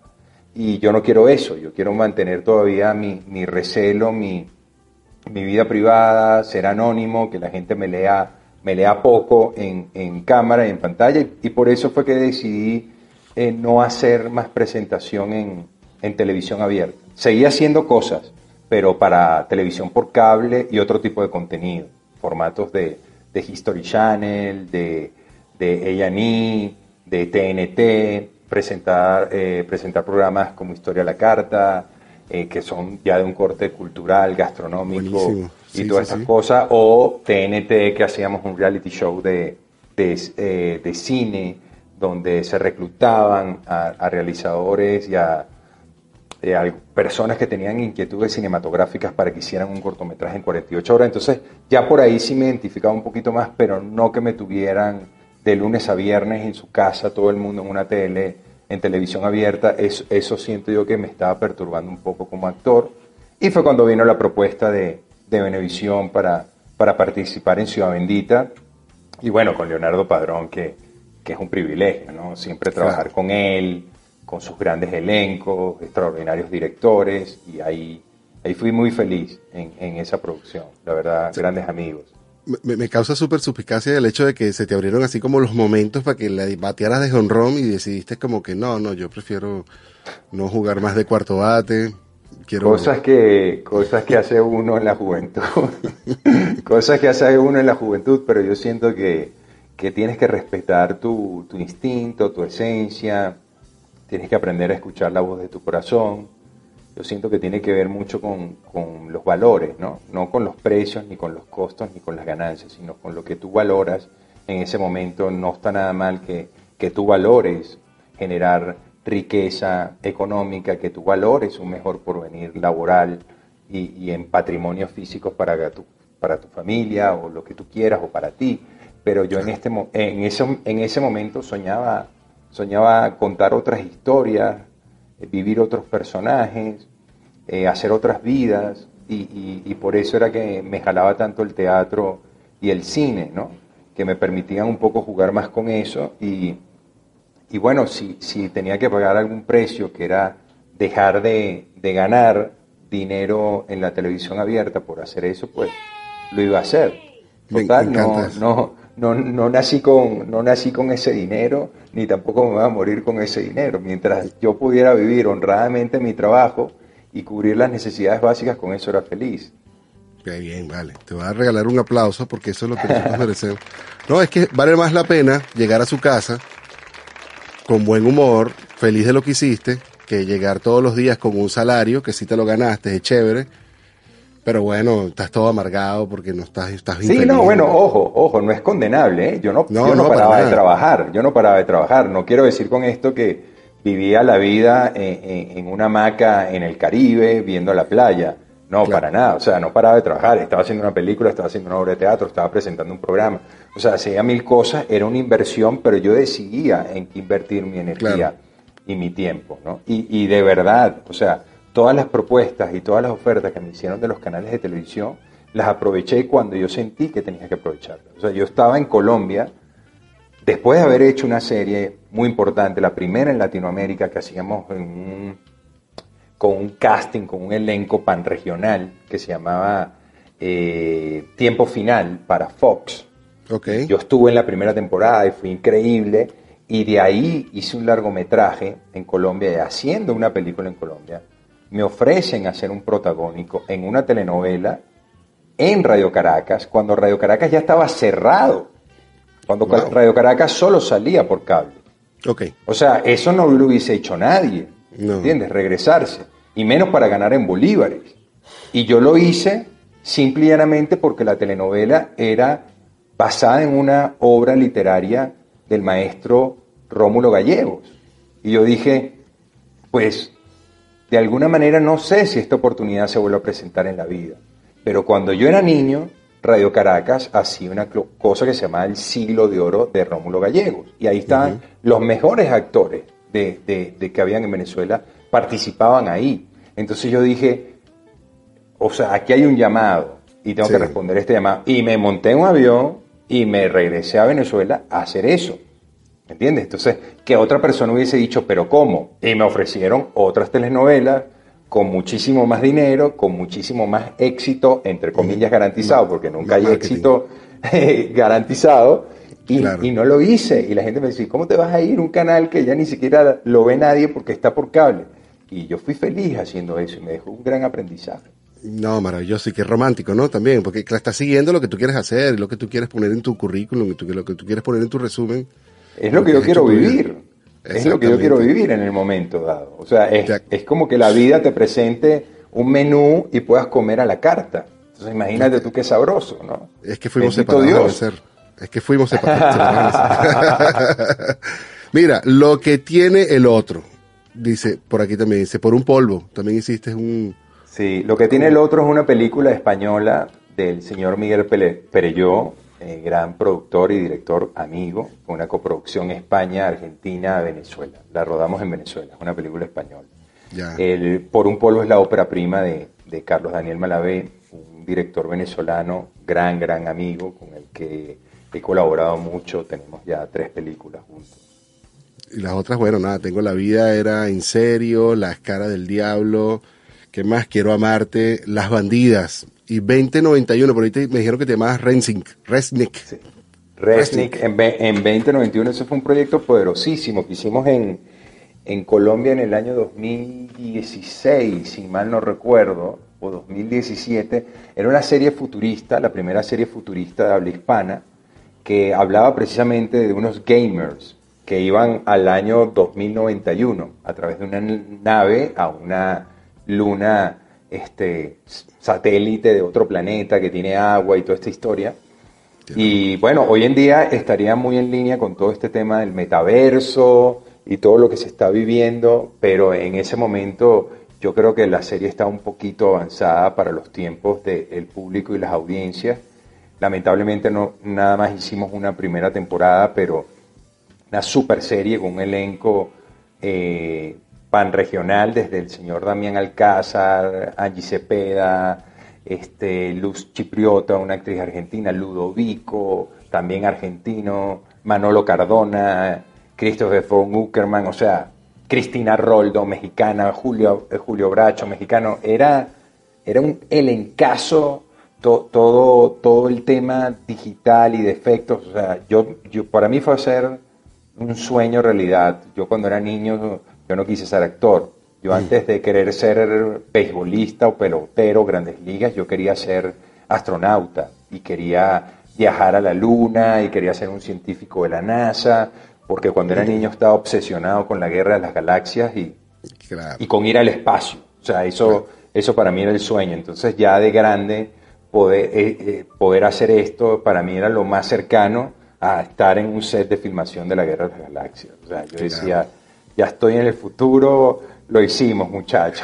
Speaker 3: y yo no quiero eso, yo quiero mantener todavía mi, mi recelo, mi, mi vida privada, ser anónimo, que la gente me lea, me lea poco en, en cámara y en pantalla, y, y por eso fue que decidí eh, no hacer más presentación en, en televisión abierta. Seguí haciendo cosas, pero para televisión por cable y otro tipo de contenido, formatos de, de History Channel, de, de A and E, de T N T, presentar, eh, presentar programas como Historia a la Carta, eh, que son ya de un corte cultural, gastronómico. Buenísimo. Y sí, todas sí, estas sí. cosas, o T N T, que hacíamos un reality show de, de, eh, de cine, donde se reclutaban a, a realizadores y a, eh, a personas que tenían inquietudes cinematográficas para que hicieran un cortometraje en cuarenta y ocho horas. Entonces ya por ahí sí me identificaba un poquito más, pero no que me tuvieran de lunes a viernes en su casa, todo el mundo en una tele, en televisión abierta. Eso, eso siento yo que me estaba perturbando un poco como actor. Y fue cuando vino la propuesta de, de Venevisión para, para participar en Ciudad Bendita. Y bueno, con Leonardo Padrón, que, que es un privilegio, ¿no? Siempre trabajar claro. con él, con sus grandes elencos, extraordinarios directores, y ahí, ahí fui muy feliz en, en esa producción, la verdad, sí. Grandes amigos.
Speaker 2: Me, me causa súper suspicacia el hecho de que se te abrieron así como los momentos para que la batearas de jonrón y decidiste como que no, no, yo prefiero no jugar más de cuarto bate. Quiero...
Speaker 3: Cosas que, cosas que hace uno en la juventud, cosas que hace uno en la juventud, pero yo siento que, que tienes que respetar tu, tu instinto, tu esencia, tienes que aprender a escuchar la voz de tu corazón. Yo siento que tiene que ver mucho con, con los valores, ¿no? No con los precios, ni con los costos, ni con las ganancias, sino con lo que tú valoras en ese momento. No está nada mal que, que tú valores generar riqueza económica, que tú valores un mejor porvenir laboral y, y en patrimonios físicos para tu, para tu familia o lo que tú quieras o para ti. Pero yo en, este, en, ese, en ese momento soñaba, soñaba contar otras historias, vivir otros personajes, eh, hacer otras vidas, y, y, y por eso era que me jalaba tanto el teatro y el cine, ¿no? Que me permitían un poco jugar más con eso, y, y bueno, si, si tenía que pagar algún precio, que era dejar de, de ganar dinero en la televisión abierta por hacer eso, pues lo iba a hacer. Total, no, no, no, no, nací con, no nací con ese dinero, ni tampoco me voy a morir con ese dinero. Mientras yo pudiera vivir honradamente mi trabajo y cubrir las necesidades básicas, con eso era feliz.
Speaker 2: Qué bien, vale. Te voy a regalar un aplauso porque eso es lo que nosotros merecemos. No, es que vale más la pena llegar a su casa con buen humor, feliz de lo que hiciste, que llegar todos los días con un salario que sí te lo ganaste, es chévere. Pero bueno, estás todo amargado porque no estás, estás
Speaker 3: Sí, no, bueno, ojo, ojo, no es condenable, ¿eh? Yo no, no, yo no, no paraba para de trabajar, yo no paraba de trabajar. No quiero decir con esto que vivía la vida en, en, en una hamaca en el Caribe, viendo la playa. No, claro. Para nada, o sea, no paraba de trabajar. Estaba haciendo una película, estaba haciendo una obra de teatro, estaba presentando un programa. O sea, hacía mil cosas, era una inversión, pero yo decidía en qué invertir mi energía, claro, y mi tiempo, ¿no? Y, y de verdad, o sea, todas las propuestas y todas las ofertas que me hicieron de los canales de televisión, las aproveché cuando yo sentí que tenía que aprovecharlas. O sea, yo estaba en Colombia, después de haber hecho una serie muy importante, la primera en Latinoamérica, que hacíamos en un, con un casting, con un elenco panregional, que se llamaba eh, Tiempo Final para Fox.
Speaker 2: Okay.
Speaker 3: Yo estuve en la primera temporada y fue increíble, y de ahí hice un largometraje en Colombia, y haciendo una película en Colombia, me ofrecen hacer un protagónico en una telenovela en Radio Caracas, cuando Radio Caracas ya estaba cerrado, cuando wow. Radio Caracas solo salía por cable.
Speaker 2: Okay.
Speaker 3: O sea, eso no lo hubiese hecho nadie, no. ¿Entiendes? Regresarse, y menos para ganar en bolívares. Y yo lo hice simple y llanamente porque la telenovela era basada en una obra literaria del maestro Rómulo Gallegos. Y yo dije, pues, de alguna manera no sé si esta oportunidad se vuelve a presentar en la vida, pero cuando yo era niño, Radio Caracas hacía una cosa que se llamaba el Siglo de Oro de Rómulo Gallegos, y ahí estaban uh-huh. los mejores actores de, de, de que habían en Venezuela, participaban ahí. Entonces yo dije, o sea, aquí hay un llamado y tengo sí. que responder este llamado, y me monté en un avión y me regresé a Venezuela a hacer eso. ¿Me entiendes? Entonces, que otra persona hubiese dicho, ¿pero cómo? Y me ofrecieron otras telenovelas con muchísimo más dinero, con muchísimo más éxito, entre comillas, garantizado, porque nunca hay éxito eh, garantizado, y, claro. y no lo hice. Y la gente me decía, ¿cómo te vas a ir a un canal que ya ni siquiera lo ve nadie porque está por cable? Y yo fui feliz haciendo eso y me dejó un gran aprendizaje.
Speaker 2: No, maravilloso, y qué romántico, ¿no? También, porque estás siguiendo lo que tú quieres hacer, lo que tú quieres poner en tu currículum, lo que tú quieres poner en tu resumen.
Speaker 3: Es lo que yo quiero vivir, es lo que yo quiero vivir en el momento dado. O sea, es, es como que la vida te presente un menú y puedas comer a la carta. Entonces imagínate tú qué sabroso, ¿no?
Speaker 2: Es que fuimos separados, ser. Es que fuimos separados. Mira, lo que tiene el otro, dice, por aquí también dice, por un polvo, también hiciste un...
Speaker 3: Sí, lo que tiene el otro es una película española del señor Miguel Perelló, Eh, gran productor y director amigo, con una coproducción España, Argentina, Venezuela. La rodamos en Venezuela, es una película española.
Speaker 2: Ya.
Speaker 3: El Por un polvo es la ópera prima de, de Carlos Daniel Malavé, un director venezolano, gran, gran amigo, con el que he colaborado mucho. Tenemos ya tres películas juntos.
Speaker 2: Y las otras, bueno, nada, Tengo la vida, era En serio, Las caras del diablo, ¿qué más? Quiero amarte, Las bandidas. Y veinte noventa y uno, por ahí te, me dijeron que te llamabas Resnick. Resnick.
Speaker 3: Sí. Resnick, en, en veinte noventa y uno, ese fue un proyecto poderosísimo que hicimos en, en Colombia en el año dos mil dieciséis, si mal no recuerdo, o dos mil diecisiete. Era una serie futurista, la primera serie futurista de habla hispana, que hablaba precisamente de unos gamers que iban al año dos mil noventa y uno a través de una nave a una luna este, satélite de otro planeta que tiene agua y toda esta historia. Y bueno, hoy en día estaría muy en línea con todo este tema del metaverso y todo lo que se está viviendo, pero en ese momento yo creo que la serie está un poquito avanzada para los tiempos del público y las audiencias. Lamentablemente no, nada más hicimos una primera temporada, pero una super serie con un elenco eh, panregional, desde el señor Damián Alcázar, Angie Cepeda, este, Luz Chipriota, una actriz argentina, Ludovico, también argentino, Manolo Cardona, Christopher von Uckerman, o sea, Cristina Roldo, mexicana, Julio, eh, Julio Bracho, mexicano. Era, era un elencazo. To, todo, todo el tema digital y de efectos, o sea, yo, yo, para mí fue hacer un sueño realidad. Yo cuando era niño, yo no quise ser actor. Yo antes de querer ser beisbolista o pelotero, grandes ligas, yo quería ser astronauta y quería viajar a la luna y quería ser un científico de la NASA, porque cuando era niño estaba obsesionado con la guerra de las galaxias y, claro. y con ir al espacio. O sea, eso, claro. eso para mí era el sueño. Entonces ya de grande... Poder, eh, eh, poder hacer esto para mí era lo más cercano a estar en un set de filmación de la Guerra de las Galaxias. O sea, yo claro. decía, ya estoy en el futuro, lo hicimos, muchachos.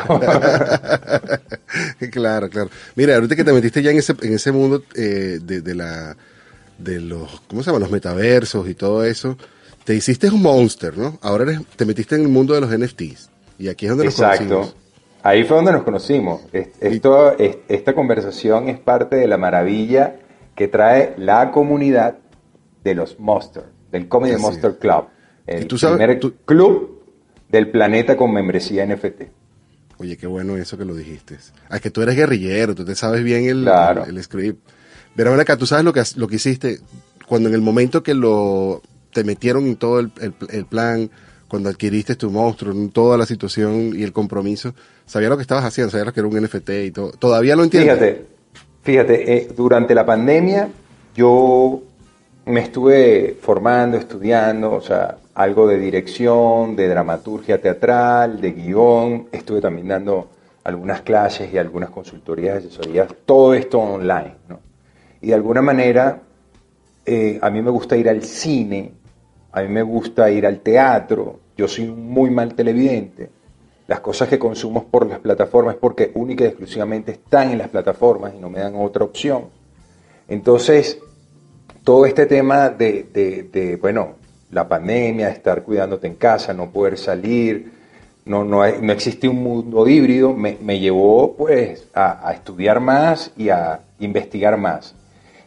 Speaker 2: Claro, claro. Mira, ahorita que te metiste ya en ese, en ese mundo eh, de, de la de los, ¿cómo se llama? Los metaversos y todo eso, te hiciste un monster, ¿no? Ahora eres, te metiste en el mundo de los N F Ts. Y aquí es donde nos
Speaker 3: Exacto.
Speaker 2: conocimos.
Speaker 3: Ahí fue donde nos conocimos. Esto, esta conversación es parte de la maravilla que trae la comunidad de los Monster, del Comedy Monster Club. El
Speaker 2: tú sabes,
Speaker 3: primer
Speaker 2: tú...
Speaker 3: club del planeta con membresía N F T.
Speaker 2: Oye, qué bueno eso que lo dijiste. Ah, es que tú eres guerrillero, tú te sabes bien el,
Speaker 3: claro.
Speaker 2: el, el script. Pero ven acá, tú sabes lo que, lo que hiciste cuando en el momento que lo te metieron en todo el, el, el plan... Cuando adquiriste tu monstruo, en toda la situación y el compromiso, sabías lo que estabas haciendo, sabías que era un N F T y todo. ¿Todavía lo entiendes?
Speaker 3: Fíjate, fíjate, eh, durante la pandemia yo me estuve formando, estudiando, o sea, algo de dirección, de dramaturgia teatral, de guión, estuve también dando algunas clases y algunas consultorías, asesorías, todo esto online, ¿no? Y de alguna manera, eh, a mí me gusta ir al cine, a mí me gusta ir al teatro, yo soy un muy mal televidente. Las cosas que consumo por las plataformas es porque única y exclusivamente están en las plataformas y no me dan otra opción. Entonces, todo este tema de, de, de bueno, la pandemia, estar cuidándote en casa, no poder salir, no, no, no existe un mundo híbrido, me, me llevó pues a, a estudiar más y a investigar más.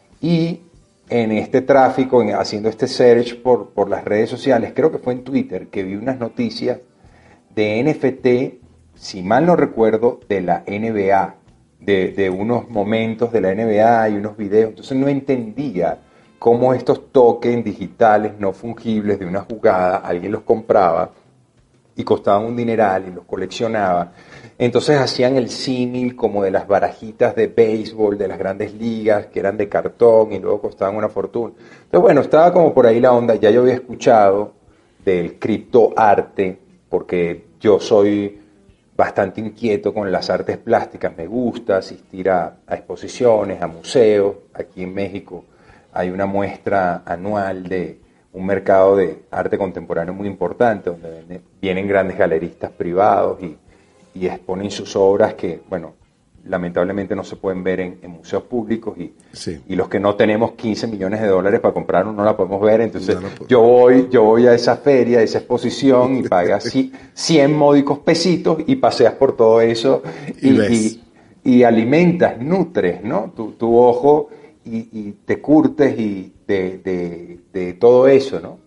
Speaker 3: Y en este tráfico, en, haciendo este search por, por las redes sociales, creo que fue en Twitter, que vi unas noticias de N F T, si mal no recuerdo, de la N B A, de, de unos momentos de la N B A y unos videos. Entonces no entendía cómo estos tokens digitales no fungibles de una jugada, alguien los compraba y costaban un dineral y los coleccionaba. Entonces hacían el símil como de las barajitas de béisbol de las grandes ligas, que eran de cartón y luego costaban una fortuna. Entonces, bueno, estaba como por ahí la onda. Ya yo había escuchado del criptoarte, porque yo soy bastante inquieto con las artes plásticas. Me gusta asistir a, a exposiciones, a museos. Aquí en México hay una muestra anual de un mercado de arte contemporáneo muy importante, donde vienen grandes galeristas privados y y exponen sus obras que, bueno, lamentablemente no se pueden ver en, en museos públicos y, sí. y los que no tenemos quince millones de dólares para comprar no la podemos ver. Entonces no, no yo voy yo voy a esa feria, a esa exposición y pagas cien módicos pesitos y paseas por todo eso y, y, y, y alimentas, nutres, ¿no? Tu, tu ojo y, y te curtes y de, de, de todo eso, ¿no?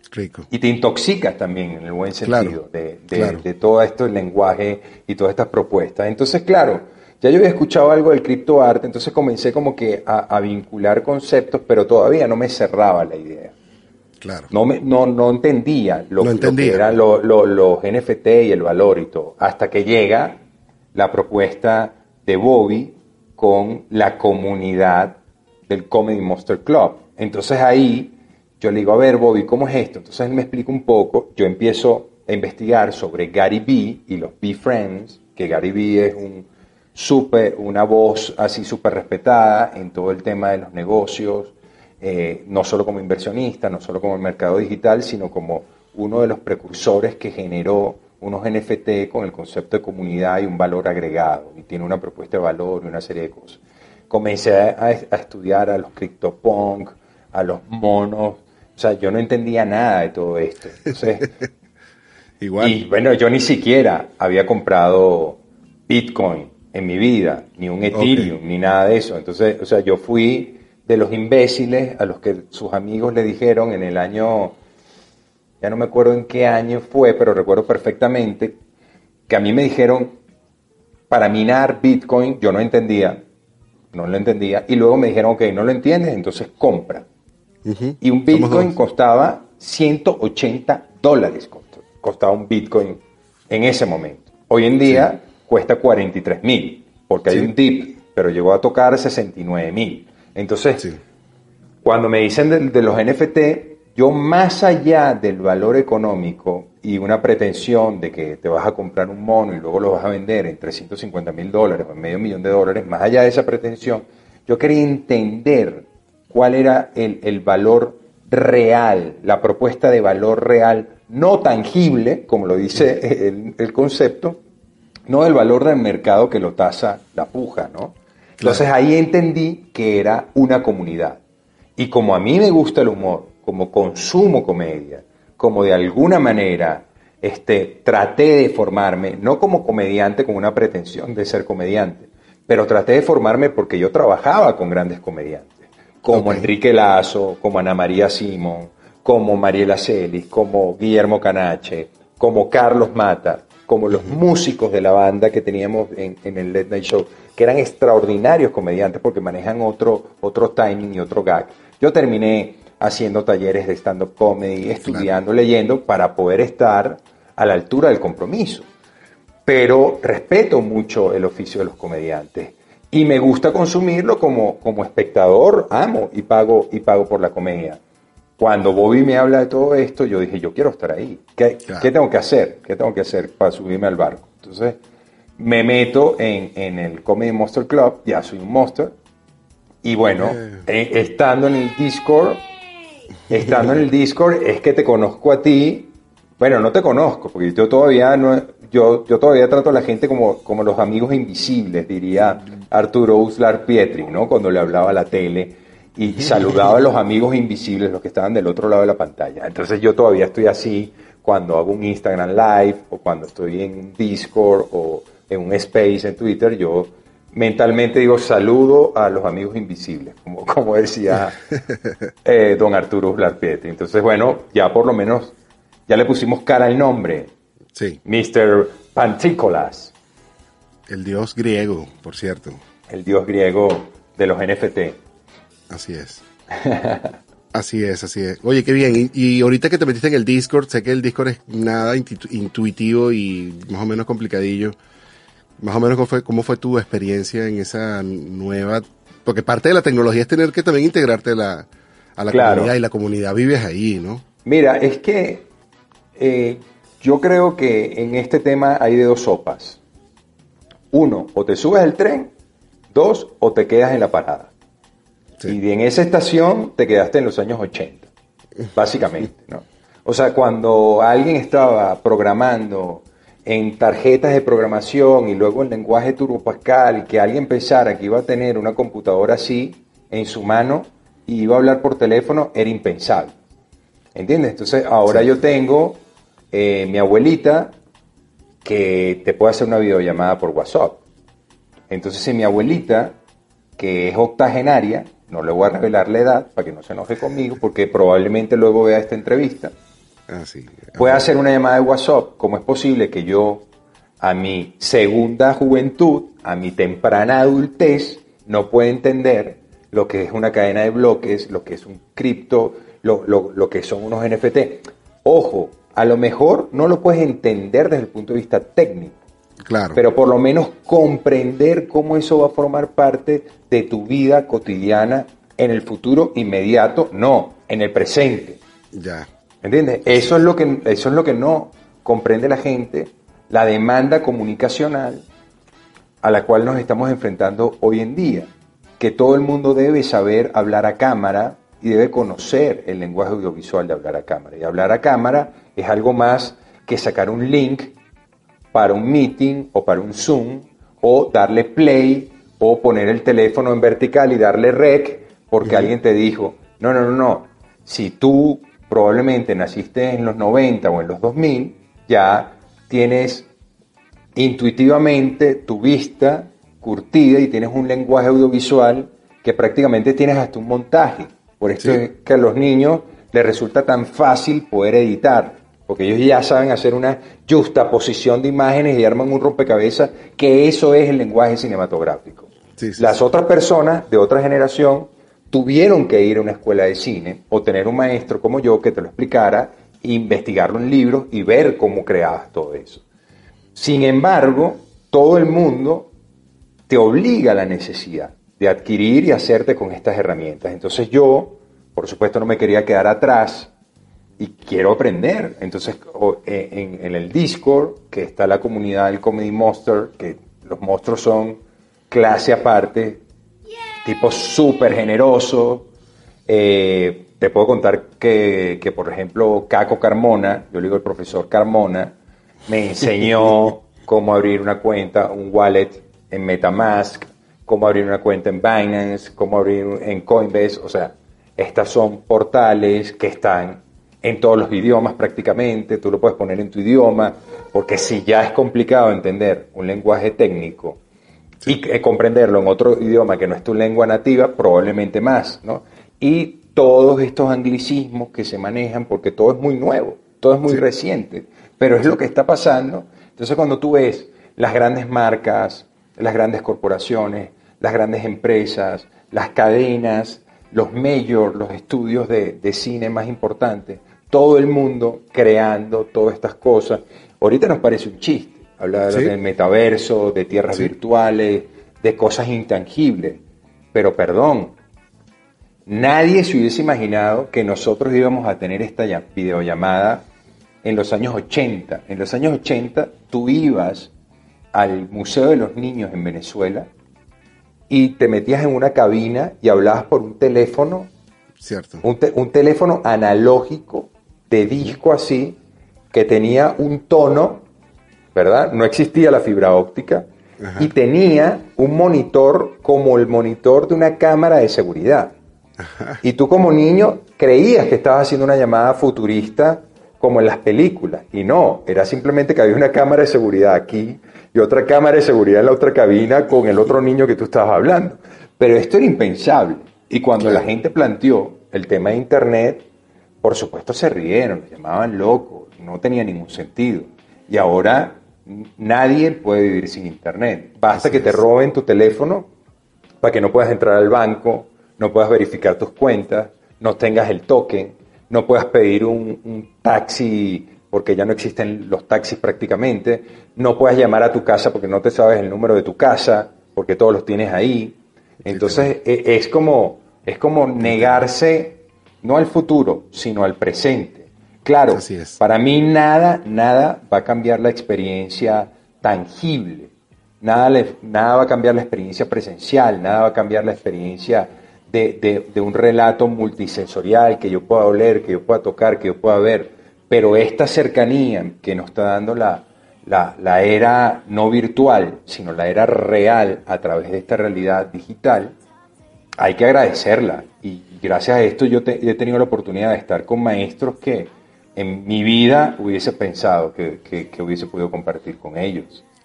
Speaker 2: Rico.
Speaker 3: Y te intoxicas también en el buen sentido,
Speaker 2: claro,
Speaker 3: de, de,
Speaker 2: claro.
Speaker 3: de todo esto, el lenguaje y todas estas propuestas. Entonces, claro, ya yo había escuchado algo del criptoarte, entonces comencé como que a, a vincular conceptos, pero todavía no me cerraba la idea.
Speaker 2: Claro.
Speaker 3: No, me, no, no entendía lo,
Speaker 2: no entendía.
Speaker 3: lo que eran lo, lo, los N F T y el valor y todo, hasta que llega la propuesta de Bobby con la comunidad del Comedy Monster Club. Entonces ahí yo le digo, a ver, Bobby, ¿cómo es esto? Entonces él me explica un poco, yo empiezo a investigar sobre Gary Vee y los Vee Friends, que Gary Vee es un super, una voz así súper respetada en todo el tema de los negocios, eh, no solo como inversionista, no solo como el mercado digital, sino como uno de los precursores que generó unos N F T con el concepto de comunidad y un valor agregado, y tiene una propuesta de valor y una serie de cosas. Comencé a, a estudiar a los CryptoPunk, a los monos. O sea, yo no entendía nada de todo esto. Entonces,
Speaker 2: Igual.
Speaker 3: Y bueno, yo ni siquiera había comprado Bitcoin en mi vida, ni un Ethereum, okay. ni nada de eso. Entonces, o sea, yo fui de los imbéciles a los que sus amigos le dijeron en el año, ya no me acuerdo en qué año fue, pero recuerdo perfectamente que a mí me dijeron, para minar Bitcoin, yo no entendía, no lo entendía, y luego me dijeron, ok, no lo entiendes, entonces compra. Uh-huh. Y un Bitcoin costaba ciento ochenta dólares, costaba un Bitcoin en ese momento. Hoy en día sí. cuesta cuarenta y tres mil, porque sí. hay un dip, pero llegó a tocar sesenta y nueve mil. Entonces, sí. cuando me dicen de, de los N F T, yo más allá del valor económico y una pretensión de que te vas a comprar un mono y luego lo vas a vender en trescientos cincuenta mil dólares o en medio millón de dólares, más allá de esa pretensión, yo quería entender cuál era el, el valor real, la propuesta de valor real, no tangible, como lo dice el, el concepto, no el valor del mercado que lo tasa la puja, ¿no? Entonces claro. ahí entendí que era una comunidad. Y como a mí me gusta el humor, como consumo comedia, como de alguna manera este, traté de formarme, no como comediante con una pretensión de ser comediante, pero traté de formarme porque yo trabajaba con grandes comediantes, como okay. Enrique Lazo, como Ana María Simón, como Mariela Celis, como Guillermo Canache, como Carlos Mata, como los uh-huh. músicos de la banda que teníamos en, en el Late Night Show, que eran extraordinarios comediantes porque manejan otro, otro timing y otro gag. Yo terminé haciendo talleres de stand-up comedy, estudiando, claro. leyendo, para poder estar a la altura del compromiso. Pero respeto mucho el oficio de los comediantes y me gusta consumirlo como, como espectador, amo y pago, y pago por la comedia. Cuando Bobby me habla de todo esto, yo dije, yo quiero estar ahí. ¿Qué, claro. ¿qué tengo que hacer? ¿Qué tengo que hacer para subirme al barco? Entonces me meto en, en el Comedy Monster Club, ya soy un monster, y bueno, eh, estando en el Discord, estando en el Discord es que te conozco a ti. Bueno, no te conozco, porque yo todavía no, yo, yo todavía trato a la gente como, como los amigos invisibles, diría Arturo Uslar Pietri, ¿no? Cuando le hablaba a la tele y saludaba a los amigos invisibles, los que estaban del otro lado de la pantalla. Entonces yo todavía estoy así cuando hago un Instagram Live o cuando estoy en Discord o en un Space en Twitter, yo mentalmente digo saludo a los amigos invisibles, como, como decía eh, don Arturo Uslar Pietri. Entonces, bueno, ya por lo menos ya le pusimos cara al nombre.
Speaker 2: Sí.
Speaker 3: mister Pantrícolas.
Speaker 2: El dios griego, por cierto.
Speaker 3: El dios griego de los N F T.
Speaker 2: Así es. Así es, así es. Oye, qué bien. Y, y ahorita que te metiste en el Discord, sé que el Discord es nada intu- intuitivo y más o menos complicadillo. Más o menos cómo fue, cómo fue tu experiencia en esa nueva... Porque parte de la tecnología es tener que también integrarte a la, a la
Speaker 3: claro.
Speaker 2: comunidad, y la comunidad vives ahí, ¿no?
Speaker 3: Mira, es que eh, yo creo que en este tema hay de dos sopas. Uno, o te subes al tren. Dos, o te quedas en la parada. Sí. Y en esa estación te quedaste en los años ochenta, básicamente, ¿no? O sea, cuando alguien estaba programando en tarjetas de programación y luego en lenguaje Turbo Pascal, y que alguien pensara que iba a tener una computadora así en su mano y iba a hablar por teléfono, era impensable. ¿Entiendes? Entonces ahora sí. yo tengo eh, mi abuelita que te puede hacer una videollamada por WhatsApp. Entonces si mi abuelita, que es octogenaria, no le voy a revelar la edad para que no se enoje conmigo, porque probablemente luego vea esta entrevista,
Speaker 2: Ah, sí.
Speaker 3: Puede hacer una llamada de WhatsApp. ¿Cómo es posible que yo, a mi segunda juventud, a mi temprana adultez, no pueda entender lo que es una cadena de bloques, lo que es un cripto, lo, lo, lo que son unos N F T? Ojo, a lo mejor no lo puedes entender desde el punto de vista técnico.
Speaker 2: Claro.
Speaker 3: Pero por lo menos comprender cómo eso va a formar parte de tu vida cotidiana en el futuro inmediato, no, en el presente.
Speaker 2: Ya.
Speaker 3: ¿Entiendes? Eso es lo que, eso es lo que no comprende la gente, la demanda comunicacional a la cual nos estamos enfrentando hoy en día. Que todo el mundo debe saber hablar a cámara y debe conocer el lenguaje audiovisual de hablar a cámara. Y hablar a cámara es algo más que sacar un link para un meeting o para un Zoom, o darle play, o poner el teléfono en vertical y darle rec, porque uh-huh. alguien te dijo, no, no, no, no, si tú probablemente naciste en los noventa o en los dos mil, ya tienes intuitivamente tu vista curtida y tienes un lenguaje audiovisual que prácticamente tienes hasta un montaje. Por esto sí. es que a los niños les resulta tan fácil poder editar, porque ellos ya saben hacer una justaposición de imágenes y arman un rompecabezas, que eso es el lenguaje cinematográfico. Sí, sí, Las sí. otras personas de otra generación tuvieron que ir a una escuela de cine o tener un maestro como yo que te lo explicara, investigarlo en libros y ver cómo creabas todo eso. Sin embargo, todo el mundo te obliga a la necesidad de adquirir y hacerte con estas herramientas. Entonces yo, por supuesto, no me quería quedar atrás, y quiero aprender. Entonces, en, en el Discord, que está la comunidad del Comedy Monster, que los monstruos son clase aparte, tipo súper generoso. Eh, te puedo contar que, que, por ejemplo, Caco Carmona, yo le digo el profesor Carmona, me enseñó cómo abrir una cuenta, un wallet en MetaMask, cómo abrir una cuenta en Binance, cómo abrir en Coinbase. O sea, estas son portales que están en todos los idiomas prácticamente, tú lo puedes poner en tu idioma, porque si ya es complicado entender un lenguaje técnico sí. y eh, comprenderlo en otro idioma que no es tu lengua nativa, probablemente más, ¿no? Y todos estos anglicismos que se manejan, porque todo es muy nuevo, todo es muy sí. reciente, pero es lo que está pasando. Entonces cuando tú ves las grandes marcas, las grandes corporaciones, las grandes empresas, las cadenas, los majors, los estudios de, de cine más importantes, todo el mundo creando todas estas cosas. Ahorita nos parece un chiste hablar ¿Sí? del metaverso, de tierras ¿Sí? virtuales, de cosas intangibles. Pero perdón, nadie se hubiese imaginado que nosotros íbamos a tener esta videollamada en los años ochenta. En los años ochenta tú ibas al Museo de los Niños en Venezuela y te metías en una cabina y hablabas por un teléfono,
Speaker 2: Cierto.
Speaker 3: Un, te, un teléfono analógico de disco así, que tenía un tono, ¿verdad? No existía la fibra óptica, Ajá. y tenía un monitor como el monitor de una cámara de seguridad. Ajá. Y tú como niño creías que estabas haciendo una llamada futurista como en las películas, y no, era simplemente que había una cámara de seguridad aquí y otra cámara de seguridad en la otra cabina con el otro niño que tú estabas hablando. Pero esto era impensable. Y cuando claro. la gente planteó el tema de Internet, por supuesto se rieron, los llamaban locos, no tenía ningún sentido. Y ahora nadie puede vivir sin Internet. Basta Así que te roben tu teléfono para que no puedas entrar al banco, no puedas verificar tus cuentas, no tengas el token, no puedas pedir un, un taxi porque ya no existen los taxis prácticamente, no puedas llamar a tu casa porque no te sabes el número de tu casa, porque todos los tienes ahí. Entonces sí, es como, es como negarse no al futuro, sino al presente. Claro, para mí nada, nada va a cambiar la experiencia tangible, nada, le, nada va a cambiar la experiencia presencial, nada va a cambiar la experiencia de, de, de un relato multisensorial que yo pueda oler, que yo pueda tocar, que yo pueda ver. Pero esta cercanía que nos está dando la, la, la era no virtual, sino la era real a través de esta realidad digital, hay que agradecerla. Y gracias a esto yo te, he tenido la oportunidad de estar con maestros que en mi vida hubiese pensado que, que, que hubiese podido compartir con ellos.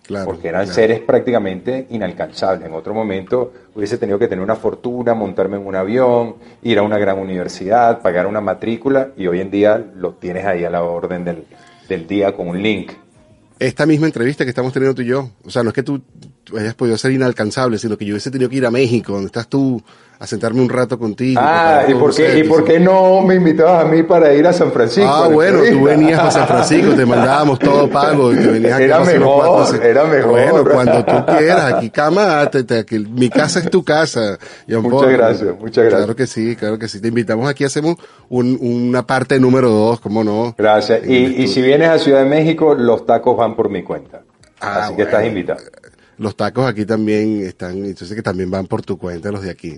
Speaker 2: Claro,
Speaker 3: porque eran
Speaker 2: claro.
Speaker 3: seres prácticamente inalcanzables. En otro momento hubiese tenido que tener una fortuna, montarme en un avión, ir a una gran universidad, pagar una matrícula, y hoy en día lo tienes ahí a la orden del, del día con un link.
Speaker 2: Esta misma entrevista que estamos teniendo tú y yo, o sea, no es que tú, tú hayas podido ser inalcanzable, sino que yo hubiese tenido que ir a México, donde estás tú, a sentarme un rato contigo.
Speaker 3: Ah, ¿y por, qué, ¿y por qué no me invitabas a mí para ir a San Francisco?
Speaker 2: Ah, bueno, tú venías a San Francisco, te mandábamos todo pago, y te venías aquí
Speaker 3: era mejor,
Speaker 2: cuatro,
Speaker 3: era mejor.
Speaker 2: Bueno, cuando tú quieras, aquí cama, te, te, aquí, mi casa es tu casa.
Speaker 3: Muchas Paul, gracias, muchas gracias.
Speaker 2: Claro que sí, claro que sí. Te invitamos aquí, hacemos un, una parte número dos, ¿cómo no?
Speaker 3: Gracias. Y, y si vienes a Ciudad de México, los tacos van por mi cuenta. Ah, Así bueno. que estás invitado.
Speaker 2: Los tacos aquí también están, entonces que también van por tu cuenta los de aquí.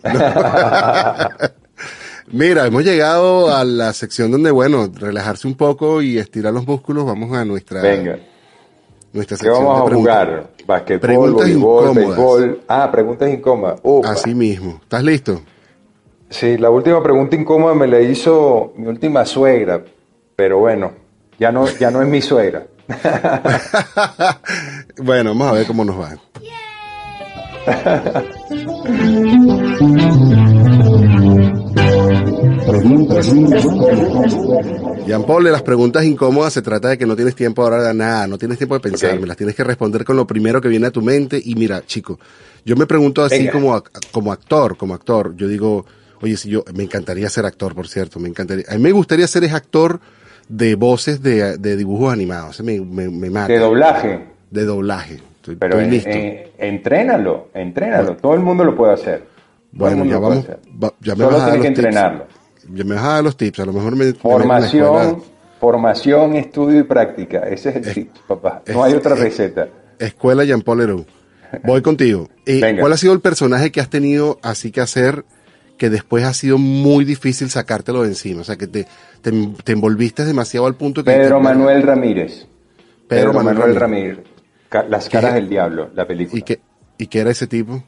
Speaker 2: Mira, hemos llegado a la sección donde, bueno, relajarse un poco y estirar los músculos. Vamos a nuestra,
Speaker 3: Venga.
Speaker 2: nuestra
Speaker 3: sección. ¿Qué vamos a jugar? Basquetbol,
Speaker 2: preguntas
Speaker 3: voleibol, béisbol. Ah, preguntas incómodas. Upa.
Speaker 2: Así mismo. ¿Estás listo?
Speaker 3: Sí, la última pregunta incómoda me la hizo mi última suegra, pero bueno, ya no, ya no es mi suegra.
Speaker 2: Bueno, vamos a ver cómo nos va. Jean Paul, de las preguntas incómodas se trata de que no tienes tiempo ahora de nada, no tienes tiempo de pensar, okay. Me las tienes que responder con lo primero que viene a tu mente. Y mira, chico, yo me pregunto así como, como actor, como actor, yo digo, oye, si yo, me encantaría ser actor, por cierto, me encantaría, a mí me gustaría ser actor de voces de, de dibujos animados, me, me, me mata.
Speaker 3: De doblaje.
Speaker 2: De doblaje. Estoy,
Speaker 3: Pero
Speaker 2: estoy
Speaker 3: en,
Speaker 2: listo.
Speaker 3: En, entrénalo, entrénalo. Bueno, todo el mundo lo puede hacer. Todo
Speaker 2: bueno, ya vamos. Va, ya me
Speaker 3: Solo
Speaker 2: vas a
Speaker 3: tienes que
Speaker 2: tips.
Speaker 3: entrenarlo.
Speaker 2: Ya me vas a dar los tips. A lo mejor me.
Speaker 3: Formación,
Speaker 2: me
Speaker 3: formación, estudio y práctica. Ese es el es, tip, papá. No es, hay otra receta.
Speaker 2: Escuela Jean Paul Leroux. Voy contigo. Eh, ¿Cuál ha sido el personaje que has tenido así que hacer que después ha sido muy difícil sacártelo de encima? O sea, que te, te, te envolviste demasiado al punto que...
Speaker 3: Pedro
Speaker 2: te...
Speaker 3: Manuel Ramírez.
Speaker 2: Pedro,
Speaker 3: Pedro
Speaker 2: Manuel,
Speaker 3: Manuel
Speaker 2: Ramírez.
Speaker 3: Ramírez. Las caras del diablo, la película.
Speaker 2: ¿Y qué, ¿Y qué era ese tipo?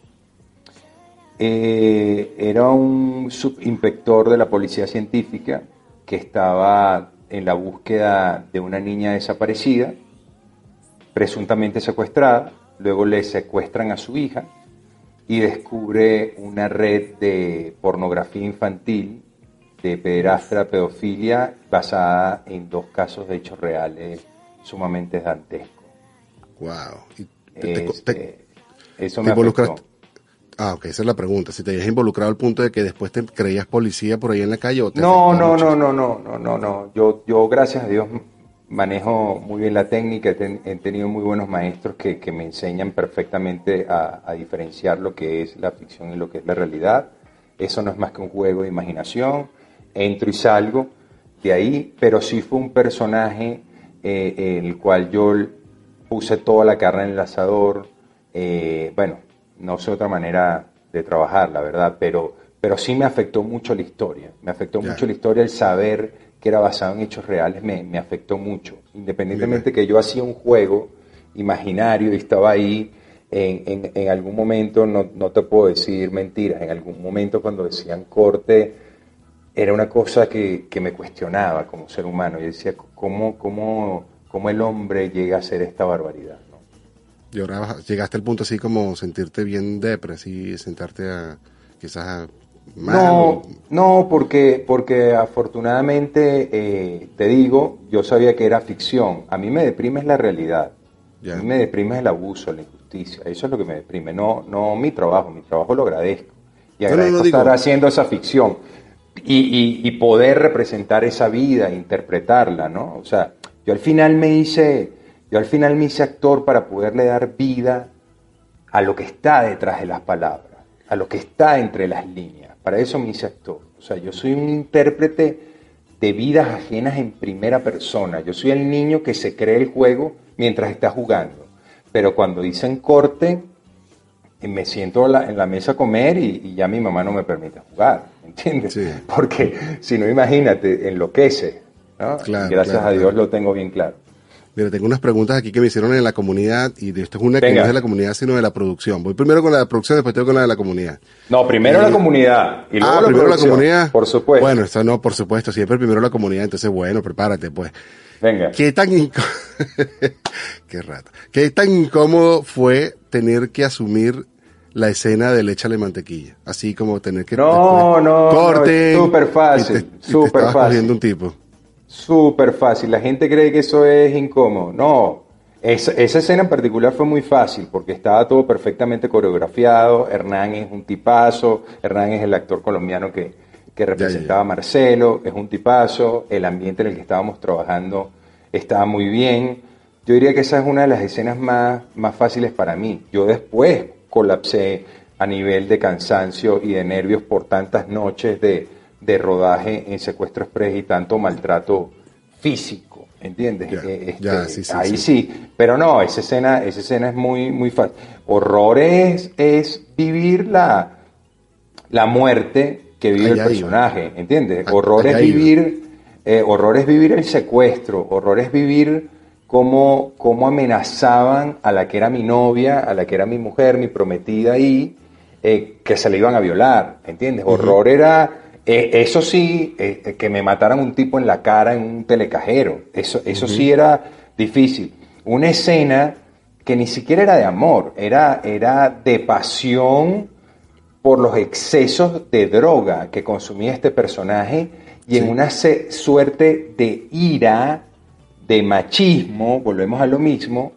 Speaker 3: Eh, era un subinspector de la policía científica que estaba en la búsqueda de una niña desaparecida, presuntamente secuestrada. Luego le secuestran a su hija y descubre una red de pornografía infantil, de pederastra, pedofilia, basada en dos casos de hechos reales sumamente dantescos.
Speaker 2: Wow. ¿Y
Speaker 3: te,
Speaker 2: te,
Speaker 3: este,
Speaker 2: te,
Speaker 3: eso
Speaker 2: te
Speaker 3: me
Speaker 2: involucraste?
Speaker 3: afectó.
Speaker 2: Ah, ok, esa es la pregunta. Si te habías involucrado al punto de que después te creías policía por ahí en la calle o te
Speaker 3: No, no, no, no, no, no, no, no. Yo, yo gracias a Dios manejo muy bien la técnica, he, ten, he tenido muy buenos maestros que, que me enseñan perfectamente a, a diferenciar lo que es la ficción y lo que es la realidad. Eso no es más que un juego de imaginación, entro y salgo de ahí, pero sí fue un personaje eh, el cual yo puse toda la carne en el asador, eh, bueno, no sé otra manera de trabajar, la verdad, pero, pero sí me afectó mucho la historia, me afectó yeah. mucho la historia, el saber que era basado en hechos reales me, me afectó mucho, independientemente que yo hacía un juego imaginario y estaba ahí, en, en, en algún momento, no, no te puedo decir mentiras, en algún momento cuando decían corte, era una cosa que, que me cuestionaba como ser humano, yo decía, ¿cómo, cómo, cómo el hombre llega a hacer esta barbaridad? ¿No?
Speaker 2: Y ahora llegaste al punto así como sentirte bien depre, así sentarte a quizás a mal.
Speaker 3: No, no, porque, porque afortunadamente, eh, te digo, yo sabía que era ficción. A mí me deprime es la realidad. Yeah. A mí me deprime es el abuso, la injusticia. Eso es lo que me deprime, no, no mi trabajo. Mi trabajo lo agradezco. Y agradezco no, no, no estar digo... haciendo esa ficción y, y, y poder representar esa vida, interpretarla, ¿no? O sea, yo al final me hice... Yo al final me hice actor para poderle dar vida a lo que está detrás de las palabras, a lo que está entre las líneas. Para eso me hice actor. O sea, yo soy un intérprete de vidas ajenas en primera persona. Yo soy el niño que se cree el juego mientras está jugando. Pero cuando dicen corte, me siento en la, en la mesa a comer y, y ya mi mamá no me permite jugar, ¿entiendes? Sí. Porque si no, imagínate, enloquece, ¿no? Claro, y gracias claro, a Dios claro. lo tengo bien claro.
Speaker 2: Mira, tengo unas preguntas aquí que me hicieron en la comunidad y esto es una
Speaker 3: Venga.
Speaker 2: que no es de la comunidad sino de la producción. Voy primero con la de la producción, después tengo con la de la comunidad.
Speaker 3: No, primero
Speaker 2: y...
Speaker 3: la comunidad y luego
Speaker 2: ah,
Speaker 3: la
Speaker 2: primero
Speaker 3: producción.
Speaker 2: la comunidad.
Speaker 3: Por supuesto.
Speaker 2: Bueno, esto no, por supuesto, siempre primero la comunidad, entonces bueno, prepárate pues.
Speaker 3: Venga.
Speaker 2: ¿Qué tan incó... Qué rato. ¿Qué tan incómodo fue tener que asumir la escena del échale mantequilla? Así como tener que...
Speaker 3: No, no,
Speaker 2: corten,
Speaker 3: no, súper fácil, súper fácil.
Speaker 2: Cogiendo un tipo.
Speaker 3: Súper fácil. La gente cree que eso es incómodo. No, esa, esa escena en particular fue muy fácil porque estaba todo perfectamente coreografiado. Hernán es un tipazo. Hernán es el actor colombiano que, que representaba ya, ya, ya. a Marcelo. Es un tipazo. El ambiente en el que estábamos trabajando estaba muy bien. Yo diría que esa es una de las escenas más, más fáciles para mí. Yo después colapsé a nivel de cansancio y de nervios por tantas noches de, de rodaje en Secuestro Express y tanto maltrato físico, ¿entiendes?
Speaker 2: Ya,
Speaker 3: este,
Speaker 2: ya, sí, sí,
Speaker 3: ahí
Speaker 2: sí.
Speaker 3: sí, pero no, esa escena, esa escena es muy, muy fácil. Horror es, es vivir la, la muerte que vive allá el personaje, iba. ¿Entiendes? A, horror es vivir, eh, horror es vivir el secuestro, horror es vivir cómo, cómo amenazaban a la que era mi novia, a la que era mi mujer, mi prometida ahí, eh, que se le iban a violar, ¿entiendes? Uh-huh. Horror era, eh, eso sí, eh, que me mataran un tipo en la cara en un telecajero, eso, eso uh-huh. sí era difícil. Una escena que ni siquiera era de amor, era, era de pasión por los excesos de droga que consumía este personaje y sí. en una se- suerte de ira, de machismo, volvemos a lo mismo,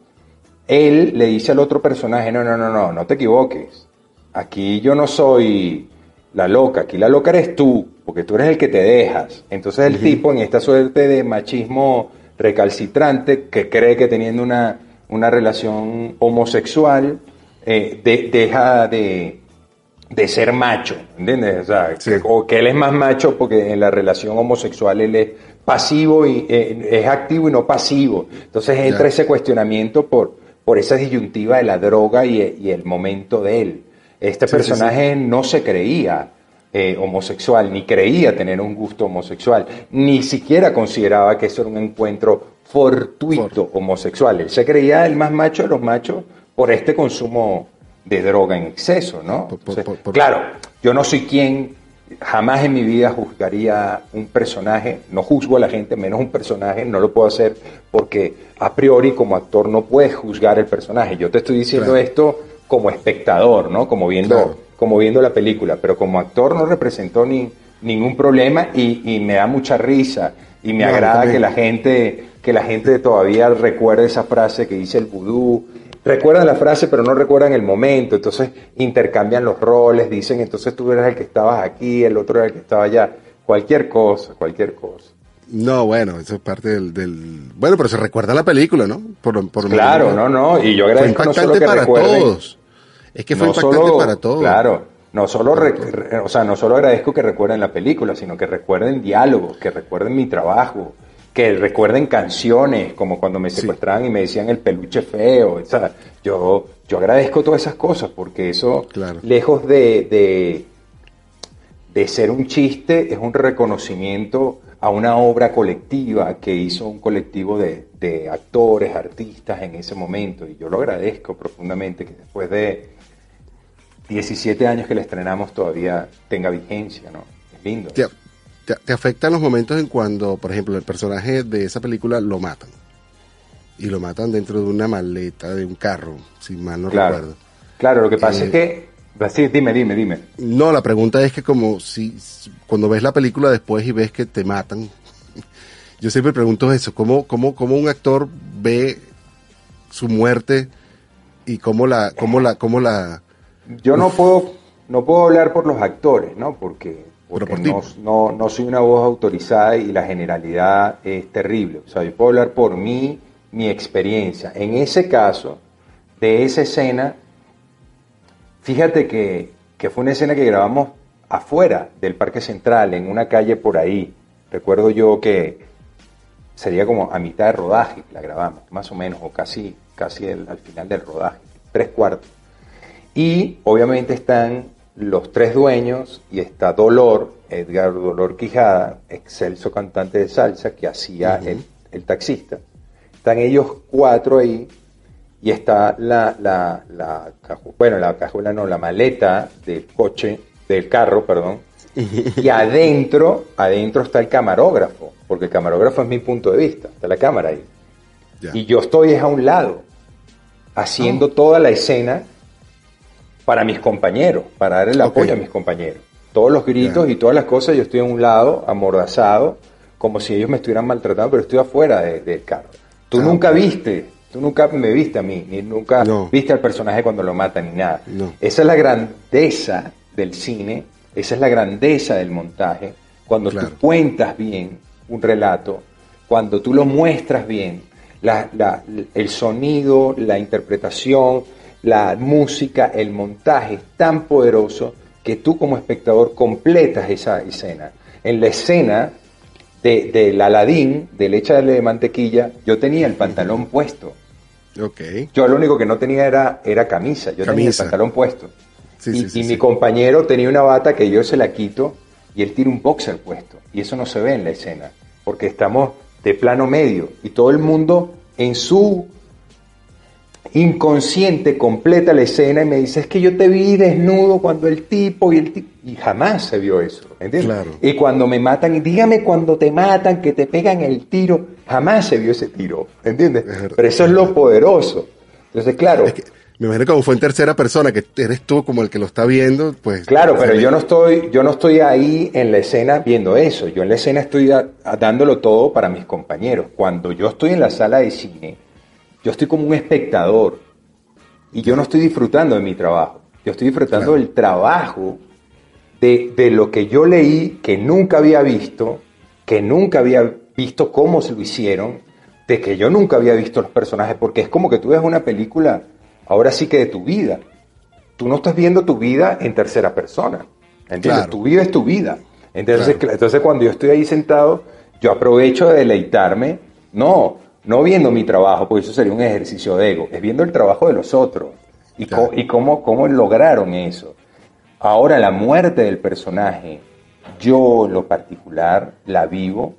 Speaker 3: él le dice al otro personaje, no, no, no, no, no te equivoques, aquí yo no soy la loca, aquí la loca eres tú, porque tú eres el que te dejas. Entonces el uh-huh. tipo en esta suerte de machismo recalcitrante, que cree que teniendo una, una relación homosexual, eh, de, deja de... de ser macho, ¿entiendes? O sea, sí. que, o que él es más macho porque en la relación homosexual él es pasivo y eh, es activo y no pasivo. Entonces entra ya. ese cuestionamiento por, por esa disyuntiva de la droga y, y el momento de él. Este sí, personaje sí, sí. no se creía eh, homosexual, ni creía tener un gusto homosexual, ni siquiera consideraba que eso era un encuentro fortuito por... homosexual. Él se creía el más macho de los machos por este consumo de droga en exceso, ¿no? Por, por, por, por, claro, yo no soy quien, jamás en mi vida juzgaría un personaje, no juzgo a la gente, menos un personaje, no lo puedo hacer porque a priori como actor no puedes juzgar el personaje. Yo te estoy diciendo claro. esto como espectador, ¿no? Como viendo, claro. como viendo la película, pero como actor no representó ni, ningún problema y, y me da mucha risa y me no, agrada que la gente, que la gente todavía recuerde esa frase que dice el vudú. Recuerdan la frase, pero no recuerdan el momento, entonces intercambian los roles, dicen, entonces tú eras el que estabas aquí, el otro era el que estaba allá, cualquier cosa, cualquier cosa.
Speaker 2: No, bueno, eso es parte del... del... Bueno, pero se recuerda la película, ¿no? Por, por
Speaker 3: claro, no, no, y yo agradezco no solo que
Speaker 2: para
Speaker 3: recuerden...
Speaker 2: todos. Es que fue
Speaker 3: no
Speaker 2: impactante
Speaker 3: solo,
Speaker 2: para todos.
Speaker 3: Claro, no solo, re, re, o sea, no solo agradezco que recuerden la película, sino que recuerden diálogos, que recuerden mi trabajo, que recuerden canciones, como cuando me secuestraban sí. y me decían el peluche feo. O sea, yo, yo agradezco todas esas cosas, porque eso, claro. lejos de, de, de ser un chiste, es un reconocimiento a una obra colectiva que hizo un colectivo de, de actores, artistas en ese momento. Y yo lo agradezco profundamente, que después de diecisiete años que la estrenamos todavía tenga vigencia, ¿no? Es lindo.
Speaker 2: Yeah. Te, te afectan los momentos en cuando, por ejemplo, el personaje de esa película lo matan. Y lo matan dentro de una maleta de un carro, si mal no
Speaker 3: claro,
Speaker 2: recuerdo.
Speaker 3: Claro, lo que pasa
Speaker 2: eh,
Speaker 3: es que... Sí, dime, dime, dime.
Speaker 2: No, la pregunta es que como si cuando ves la película después y ves que te matan, yo siempre pregunto eso, ¿cómo, cómo, cómo un actor ve su muerte y cómo la... Cómo la, cómo la
Speaker 3: yo no puedo, no puedo hablar por los actores, ¿no? Porque... porque no, no, no soy una voz autorizada y la generalidad es terrible. O sea, yo puedo hablar por mí, mi experiencia. En ese caso, de esa escena, fíjate que, que fue una escena que grabamos afuera del Parque Central, en una calle por ahí. Recuerdo yo que sería como a mitad de rodaje la grabamos, más o menos, o casi, casi el, al final del rodaje, tres cuartos. Y obviamente están... los tres dueños, y está Dolor, Edgar Dolor Quijada, excelso cantante de salsa, que hacía uh-huh. el, el taxista, Están ellos cuatro ahí y está la, la, la cajuela, bueno, la cajuela no, la maleta del coche, del carro, perdón, y adentro, adentro está el camarógrafo, porque el camarógrafo es mi punto de vista, está la cámara ahí. Ya. Y yo estoy a un lado, haciendo oh. toda la escena para mis compañeros, para dar el apoyo okay. a mis compañeros. Todos los gritos yeah. y todas las cosas, yo estoy a un lado, amordazado, como si ellos me estuvieran maltratando, pero estoy afuera de, del carro. Tú ah, nunca okay. viste, tú nunca me viste a mí, ni nunca no. viste al personaje cuando lo matan, ni nada. No. Esa es la grandeza del cine, esa es la grandeza del montaje, cuando claro. tú cuentas bien un relato, cuando tú lo muestras bien, la, la, el sonido, la interpretación, la música, el montaje es tan poderoso que tú como espectador completas esa escena. En la escena de, del Aladín, de leche de mantequilla, yo tenía el pantalón puesto.
Speaker 2: Okay.
Speaker 3: Yo lo único que no tenía era, era camisa, yo camisa. tenía el pantalón puesto. Sí, y sí, sí, y sí. mi compañero tenía una bata que yo se la quito y él tiene un boxer puesto. Y eso no se ve en la escena, porque estamos de plano medio y todo el mundo en su inconsciente completa la escena y me dice, es que yo te vi desnudo cuando el tipo y el tipo, y jamás se vio eso, ¿entiendes?
Speaker 2: Claro.
Speaker 3: Y cuando me matan, y dígame cuando te matan, que te pegan el tiro, jamás se vio ese tiro, ¿entiendes? Es Pero eso es lo poderoso. Entonces, claro.
Speaker 2: Es que me imagino como fue en tercera persona, que eres tú como el que lo está viendo, pues.
Speaker 3: Claro, pero yo no estoy, yo no estoy ahí en la escena viendo eso. Yo en la escena estoy a, a dándolo todo para mis compañeros. Cuando yo estoy en la sala de cine, yo estoy como un espectador y yo no estoy disfrutando de mi trabajo. Yo estoy disfrutando claro. del trabajo de, de lo que yo leí, que nunca había visto, que nunca había visto cómo se lo hicieron, de que yo nunca había visto los personajes, porque es como que tú ves una película, ahora sí que de tu vida. Tú no estás viendo tu vida en tercera persona, ¿entiendes? Claro. Tú vives tu vida. Entonces, claro. entonces cuando yo estoy ahí sentado, yo aprovecho de deleitarme, no... No viendo mi trabajo, porque eso sería un ejercicio de ego, es viendo el trabajo de los otros y, claro. co- y cómo, cómo lograron eso. Ahora, la muerte del personaje, yo en lo particular la vivo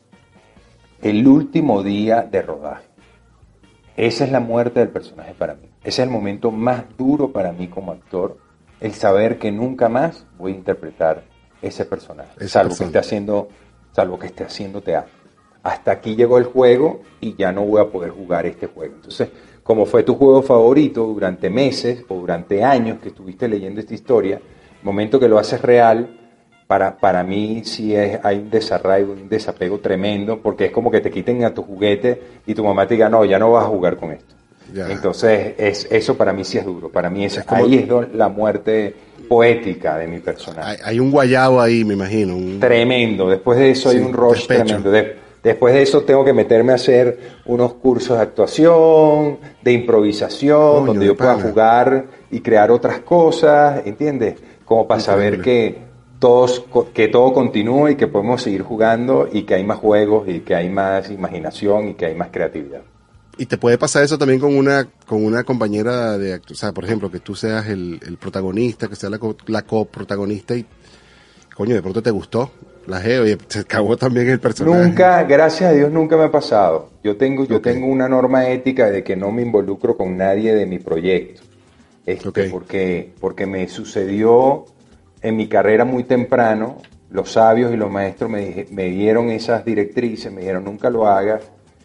Speaker 3: el último día de rodaje. Esa es la muerte del personaje para mí. Ese es el momento más duro para mí como actor, el saber que nunca más voy a interpretar ese personaje, esa salvo persona. que esté haciendo, salvo que esté haciendo teatro. Hasta aquí llegó el juego y ya no voy a poder jugar este juego. Entonces, como fue tu juego favorito durante meses o durante años que estuviste leyendo esta historia, el momento que lo haces real, para, para mí sí es, hay un desarraigo, un desapego tremendo, porque es como que te quiten a tu juguete y tu mamá te diga, no, ya no vas a jugar con esto. Ya. Entonces, es, eso para mí sí es duro. Para mí es, es como... ahí es la muerte poética de mi personaje.
Speaker 2: Hay, hay un guayabo ahí, me imagino. Un...
Speaker 3: Tremendo. Después de eso sí, hay un rush despecho. tremendo. De, Después de eso tengo que meterme a hacer unos cursos de actuación, de improvisación, Coño, donde yo pueda pana. jugar y crear otras cosas, ¿entiendes? Como para Increíble. saber que, todos, que todo continúa y que podemos seguir jugando y que hay más juegos y que hay más imaginación y que hay más creatividad.
Speaker 2: Y te puede pasar eso también con una con una compañera de actuación, o sea, por ejemplo, que tú seas el, el protagonista, que sea la, co- la coprotagonista y, coño, de pronto te gustó. La geo y se acabó también el personaje.
Speaker 3: Nunca, gracias a Dios, nunca me ha pasado. Yo tengo, yo okay. tengo una norma ética de que no me involucro con nadie de mi proyecto. Este, okay. porque, porque me sucedió en mi carrera muy temprano. Los sabios y los maestros me, dije, me dieron esas directrices, me dijeron nunca lo hagas.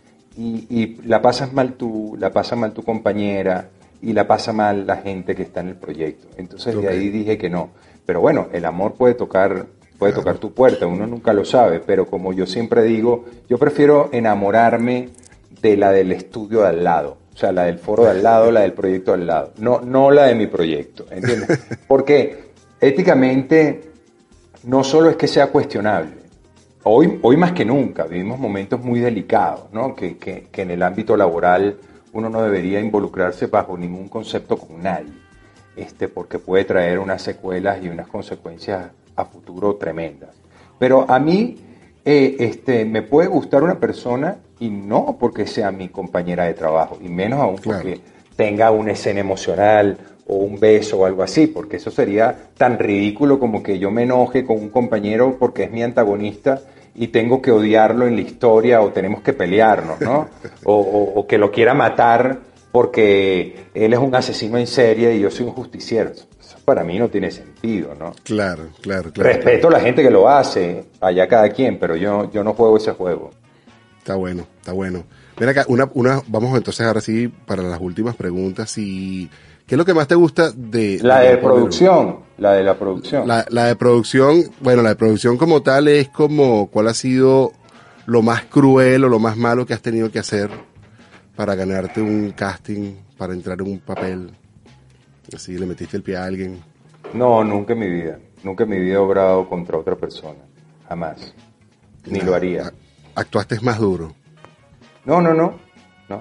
Speaker 3: Y, y la pasas mal tú, la pasa mal tu compañera y la pasa mal la gente que está en el proyecto. Entonces okay. de ahí dije que no. Pero bueno, el amor puede tocar... Puede claro. tocar tu puerta, uno nunca lo sabe, pero como yo siempre digo, yo prefiero enamorarme de la del estudio de al lado, o sea, la del foro de al lado, la del proyecto de al lado, no, no la de mi proyecto, ¿entiendes? Porque éticamente no solo es que sea cuestionable, hoy, hoy más que nunca vivimos momentos muy delicados, ¿no? Que, que, que en el ámbito laboral uno no debería involucrarse bajo ningún concepto con nadie, este, porque puede traer unas secuelas y unas consecuencias a futuro tremendas. Pero a mí eh, este, me puede gustar una persona y no porque sea mi compañera de trabajo, y menos aún claro. porque tenga una escena emocional o un beso o algo así, porque eso sería tan ridículo como que yo me enoje con un compañero porque es mi antagonista y tengo que odiarlo en la historia o tenemos que pelearnos, ¿no? O, o, o que lo quiera matar porque él es un asesino en serie y yo soy un justiciero. Eso para mí no tiene sentido, ¿no?
Speaker 2: Claro, claro, claro.
Speaker 3: Respeto
Speaker 2: claro.
Speaker 3: a la gente que lo hace, allá cada quien, pero yo, yo no juego ese juego.
Speaker 2: Está bueno, está bueno. Mira acá, una, una, vamos entonces ahora sí para las últimas preguntas. Y ¿qué es lo que más te gusta de...
Speaker 3: La
Speaker 2: de
Speaker 3: de producción, la de la producción.
Speaker 2: La, la de producción, bueno, la de producción como tal es como, ¿cuál ha sido lo más cruel o lo más malo que has tenido que hacer para ganarte un casting, para entrar en un papel? Así, le metiste el pie a alguien.
Speaker 3: No, nunca en mi vida. Nunca en mi vida he obrado contra otra persona. Jamás. Ni
Speaker 2: Nada,
Speaker 3: lo haría.
Speaker 2: Actuaste más duro.
Speaker 3: No, no, no. no.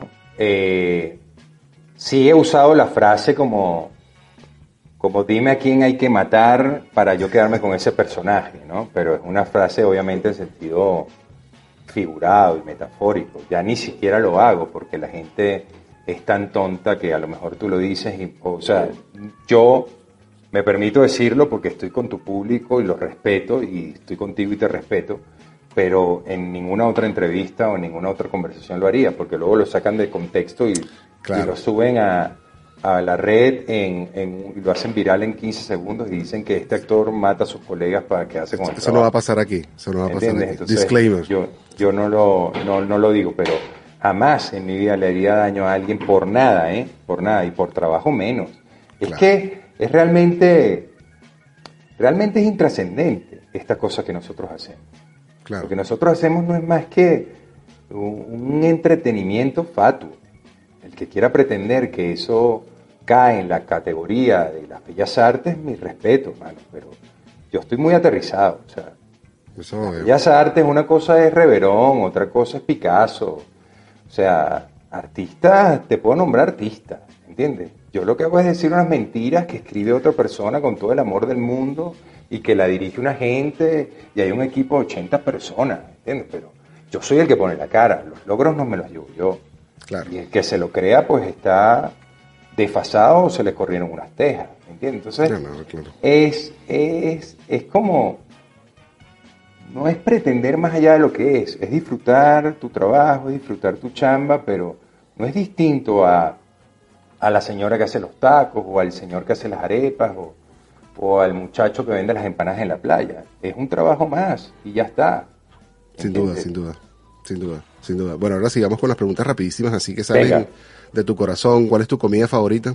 Speaker 3: Eh, sí he usado la frase como, como dime a quién hay que matar para yo quedarme con ese personaje, ¿no? Pero es una frase obviamente en sentido figurado y metafórico. Ya ni siquiera lo hago porque la gente es tan tonta que a lo mejor tú lo dices y, o sea, yo me permito decirlo porque estoy con tu público y lo respeto y estoy contigo y te respeto, pero en ninguna otra entrevista o en ninguna otra conversación lo haría porque luego lo sacan de contexto y, claro. y lo suben a, a la red en, en, y lo hacen viral en quince segundos y dicen que este actor mata a sus colegas para quedarse con el
Speaker 2: Eso
Speaker 3: trabajo.
Speaker 2: no va a pasar aquí, eso no va a pasar aquí.
Speaker 3: Entonces,
Speaker 2: Disclaimer.
Speaker 3: Yo, yo no, lo, no, no lo digo, pero jamás en mi vida le haría daño a alguien por nada, ¿eh? Por nada, y por trabajo menos. Es claro. que es realmente, realmente es intrascendente esta cosa que nosotros hacemos. Claro. Lo que nosotros hacemos no es más que un, un entretenimiento fatuo. El que quiera pretender que eso cae en la categoría de las bellas artes, mi respeto, hermano, pero yo estoy muy aterrizado, o sea, eso las bellas artes, una cosa es Reverón, otra cosa es Picasso, o sea, artista, te puedo nombrar artista, ¿entiendes? Yo lo que hago es decir unas mentiras que escribe otra persona con todo el amor del mundo y que la dirige una gente y hay un equipo de ochenta personas, ¿entiendes? Pero yo soy el que pone la cara, los logros no me los llevo yo. Claro. Y el que se lo crea, pues está desfasado o se le corrieron unas tejas, ¿entiendes? Entonces, no, no, claro. es, es, es como, no es pretender más allá de lo que es, es disfrutar tu trabajo, es disfrutar tu chamba, pero no es distinto a, a la señora que hace los tacos, o al señor que hace las arepas, o, o al muchacho que vende las empanadas en la playa. Es un trabajo más, y ya está.
Speaker 2: Sin duda, sin duda, sin duda, sin duda. Bueno, ahora sigamos con las preguntas rapidísimas, así que salen Venga. de tu corazón. ¿Cuál es tu comida favorita?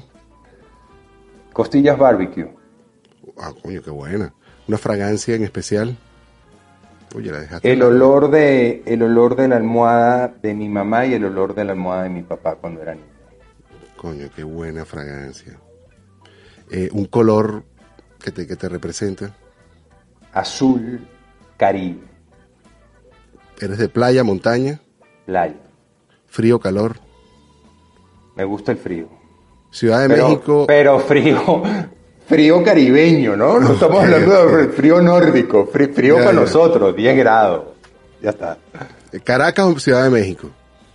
Speaker 3: Costillas barbecue.
Speaker 2: Ah, coño, qué buena. ¿Una fragancia en especial? Oye, la dejaste.
Speaker 3: El olor de, el olor de la almohada de mi mamá y el olor de la almohada de mi papá cuando era niño.
Speaker 2: Coño, qué buena fragancia. Eh, ¿Un color que te, que te representa?
Speaker 3: Azul Caribe.
Speaker 2: ¿Eres de playa, montaña?
Speaker 3: Playa.
Speaker 2: ¿Frío, calor?
Speaker 3: Me gusta el frío.
Speaker 2: Ciudad de
Speaker 3: pero,
Speaker 2: México.
Speaker 3: Pero frío, frío caribeño, ¿no? No estamos okay, hablando okay. de frío nórdico, frío, frío ya, para ya. nosotros, diez grados. Ya está.
Speaker 2: ¿Caracas o Ciudad de México?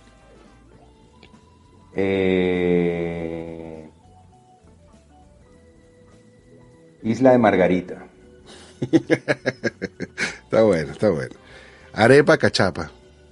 Speaker 3: Eh... Isla de Margarita.
Speaker 2: Está bueno, está bueno. Arepa, cachapa.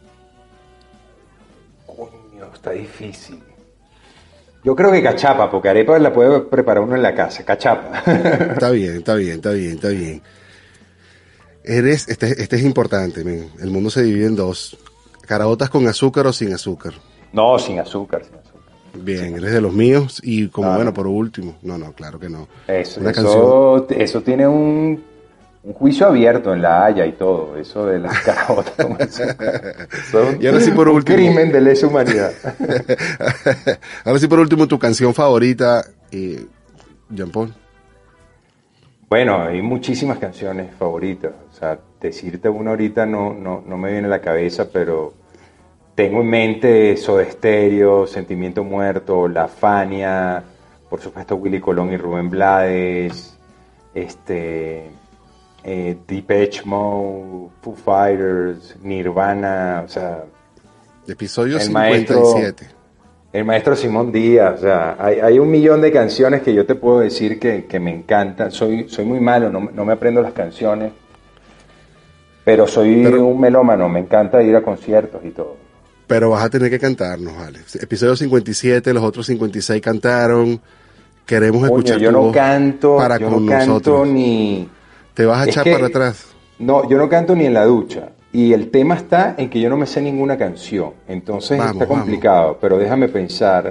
Speaker 3: Coño, está difícil. Yo creo que cachapa, porque arepa la puede preparar uno en la casa. Cachapa.
Speaker 2: Está bien, está bien, está bien, está bien. Eres, este, este es importante, men. El mundo se divide en dos. ¿Caraotas con azúcar o sin azúcar?
Speaker 3: No, sin azúcar, sin azúcar.
Speaker 2: Bien, sin eres de los míos. Y como, ah, bueno, por último. No, no, claro que no.
Speaker 3: Eso, Una eso, canción... eso tiene un... un juicio abierto en La Haya y todo, eso de las caraotas. Como eso, eso
Speaker 2: y ahora sí por último.
Speaker 3: Un crimen de lesa humanidad.
Speaker 2: Ahora sí por último, tu canción favorita, eh, Jean Paul.
Speaker 3: Bueno, hay muchísimas canciones favoritas. O sea, decirte una ahorita no, no, no me viene a la cabeza, pero tengo en mente Soda Stereo, Sentimiento Muerto, La Fania, por supuesto Willy Colón y Rubén Blades, este... Eh, Depeche Mode, Foo Fighters, Nirvana, o sea...
Speaker 2: Episodio cincuenta y siete.
Speaker 3: Maestro, el maestro Simón Díaz, o sea, hay, hay un millón de canciones que yo te puedo decir que, que me encantan. Soy, soy muy malo, no, no me aprendo las canciones. Pero soy
Speaker 2: Pero,
Speaker 3: un melómano, me encanta ir a conciertos y todo.
Speaker 2: Pero vas a tener que cantarnos, vale. Episodio cincuenta y siete, los otros cincuenta y seis cantaron. Queremos
Speaker 3: Coño,
Speaker 2: escuchar
Speaker 3: yo
Speaker 2: tu
Speaker 3: no
Speaker 2: voz
Speaker 3: canto,
Speaker 2: para
Speaker 3: yo
Speaker 2: con
Speaker 3: no canto
Speaker 2: nosotros.
Speaker 3: ni...
Speaker 2: Te vas a
Speaker 3: Es
Speaker 2: echar
Speaker 3: que-
Speaker 2: para atrás.
Speaker 3: No, yo no canto ni en la ducha. Y el tema está en que yo no me sé ninguna canción. Entonces
Speaker 2: Vamos,
Speaker 3: está complicado. Vamos. Pero déjame pensar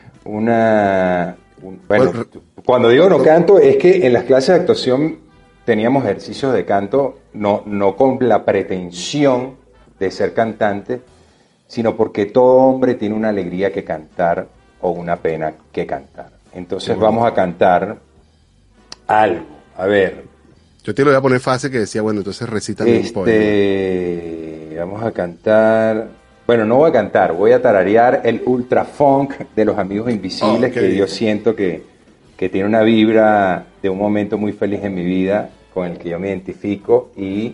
Speaker 3: una... Un, bueno,
Speaker 2: Bueno,
Speaker 3: cuando digo no canto es que en las clases de actuación teníamos ejercicios de canto no, no con la pretensión de ser cantante, sino porque todo hombre tiene una alegría que cantar o una pena que cantar. Entonces
Speaker 2: Bueno.
Speaker 3: vamos a cantar algo. A ver,
Speaker 2: Yo te lo voy a poner fácil que decía, bueno, entonces recítame un poema.
Speaker 3: este, vamos a cantar. Bueno, no voy a cantar, voy a tararear el Ultra Funk de Los Amigos Invisibles,
Speaker 2: Oh,
Speaker 3: que
Speaker 2: bien.
Speaker 3: yo siento que, que tiene una vibra de un momento muy feliz en mi vida, con el que yo me identifico, y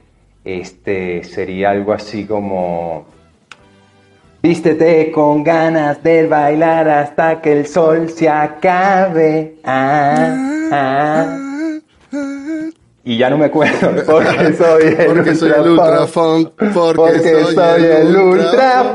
Speaker 3: este sería algo así como: vístete con ganas de bailar hasta que el sol se acabe. Ah, ah. Y ya no me acuerdo, porque soy el
Speaker 2: Porque soy el Ultra Funk, porque,
Speaker 3: porque soy el Ultra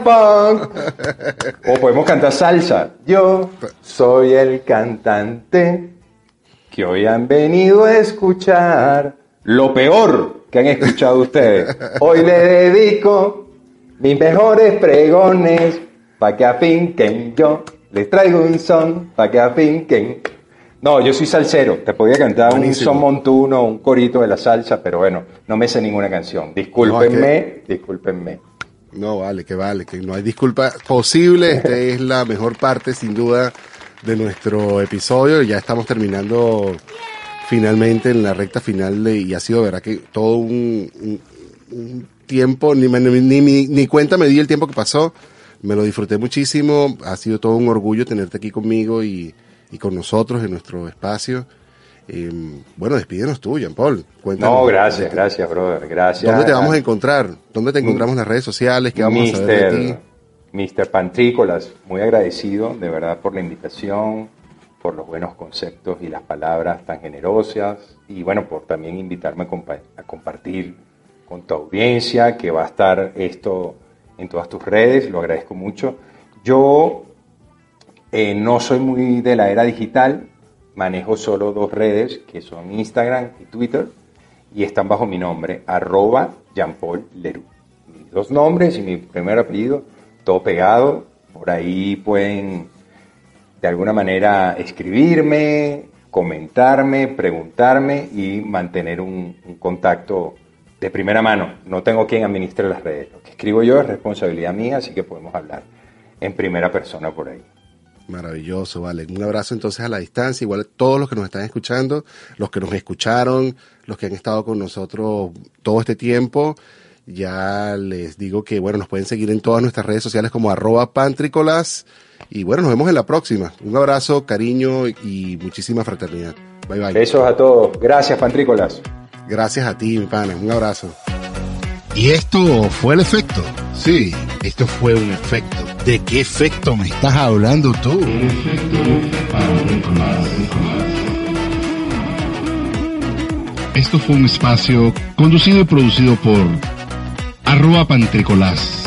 Speaker 3: Funk. O podemos cantar salsa. Yo soy el cantante que hoy han venido a escuchar lo peor que han escuchado ustedes. Hoy le dedico mis mejores pregones pa' que afinquen. Yo les traigo un son pa' que afinquen. No, yo soy salsero. Te podía cantar
Speaker 2: Buenísimo.
Speaker 3: un son montuno, un corito de la salsa, pero bueno, no me sé ninguna canción. Discúlpenme,
Speaker 2: No, es
Speaker 3: discúlpenme.
Speaker 2: No, vale, que vale, que no hay disculpa posible. Esta es la mejor parte, sin duda, de nuestro episodio. Ya estamos terminando finalmente en la recta final de, y ha sido, verdad, que todo un, un, un tiempo, ni, me- ni, ni, ni cuenta me di el tiempo que pasó. Me lo disfruté muchísimo. Ha sido todo un orgullo tenerte aquí conmigo y, y con nosotros en nuestro espacio. Eh, bueno, despídenos tú, Jean Paul. Cuéntanos.
Speaker 3: No, gracias, gracias, brother. Gracias.
Speaker 2: ¿Dónde te vamos a encontrar? ¿Dónde te encontramos en las redes sociales? ¿Qué vamos a saber de ti?
Speaker 3: mister Pantrícolas, muy agradecido de verdad por la invitación, por los buenos conceptos y las palabras tan generosas, y bueno, por también invitarme a, compa- a compartir con tu audiencia, que va a estar esto en todas tus redes, lo agradezco mucho. Yo eh, no soy muy de la era digital, manejo solo dos redes, que son Instagram y Twitter, y están bajo mi nombre, arroba Jean Paul Leroux. Mis dos nombres y mi primer apellido, todo pegado. Por ahí pueden de alguna manera escribirme, comentarme, preguntarme y mantener un, un contacto de primera mano. No tengo quien administre las redes. Lo que escribo yo es responsabilidad mía, así que podemos hablar en primera persona por ahí.
Speaker 2: Maravilloso, vale. Un abrazo entonces a la distancia, igual a todos los que nos están escuchando, los que nos escucharon, los que han estado con nosotros todo este tiempo. Ya les digo que, bueno, nos pueden seguir en todas nuestras redes sociales como arroba pantrícolas. Y bueno, nos vemos en la próxima. Un abrazo, cariño y muchísima fraternidad. Bye, bye.
Speaker 3: Besos a todos. Gracias, Pantrícolas.
Speaker 2: Gracias a ti, mi pana. Un abrazo.
Speaker 1: ¿Y esto fue el efecto? Sí, esto fue un efecto. ¿De qué efecto me estás hablando tú? Esto fue un espacio conducido y producido por arroba Pantrícolas.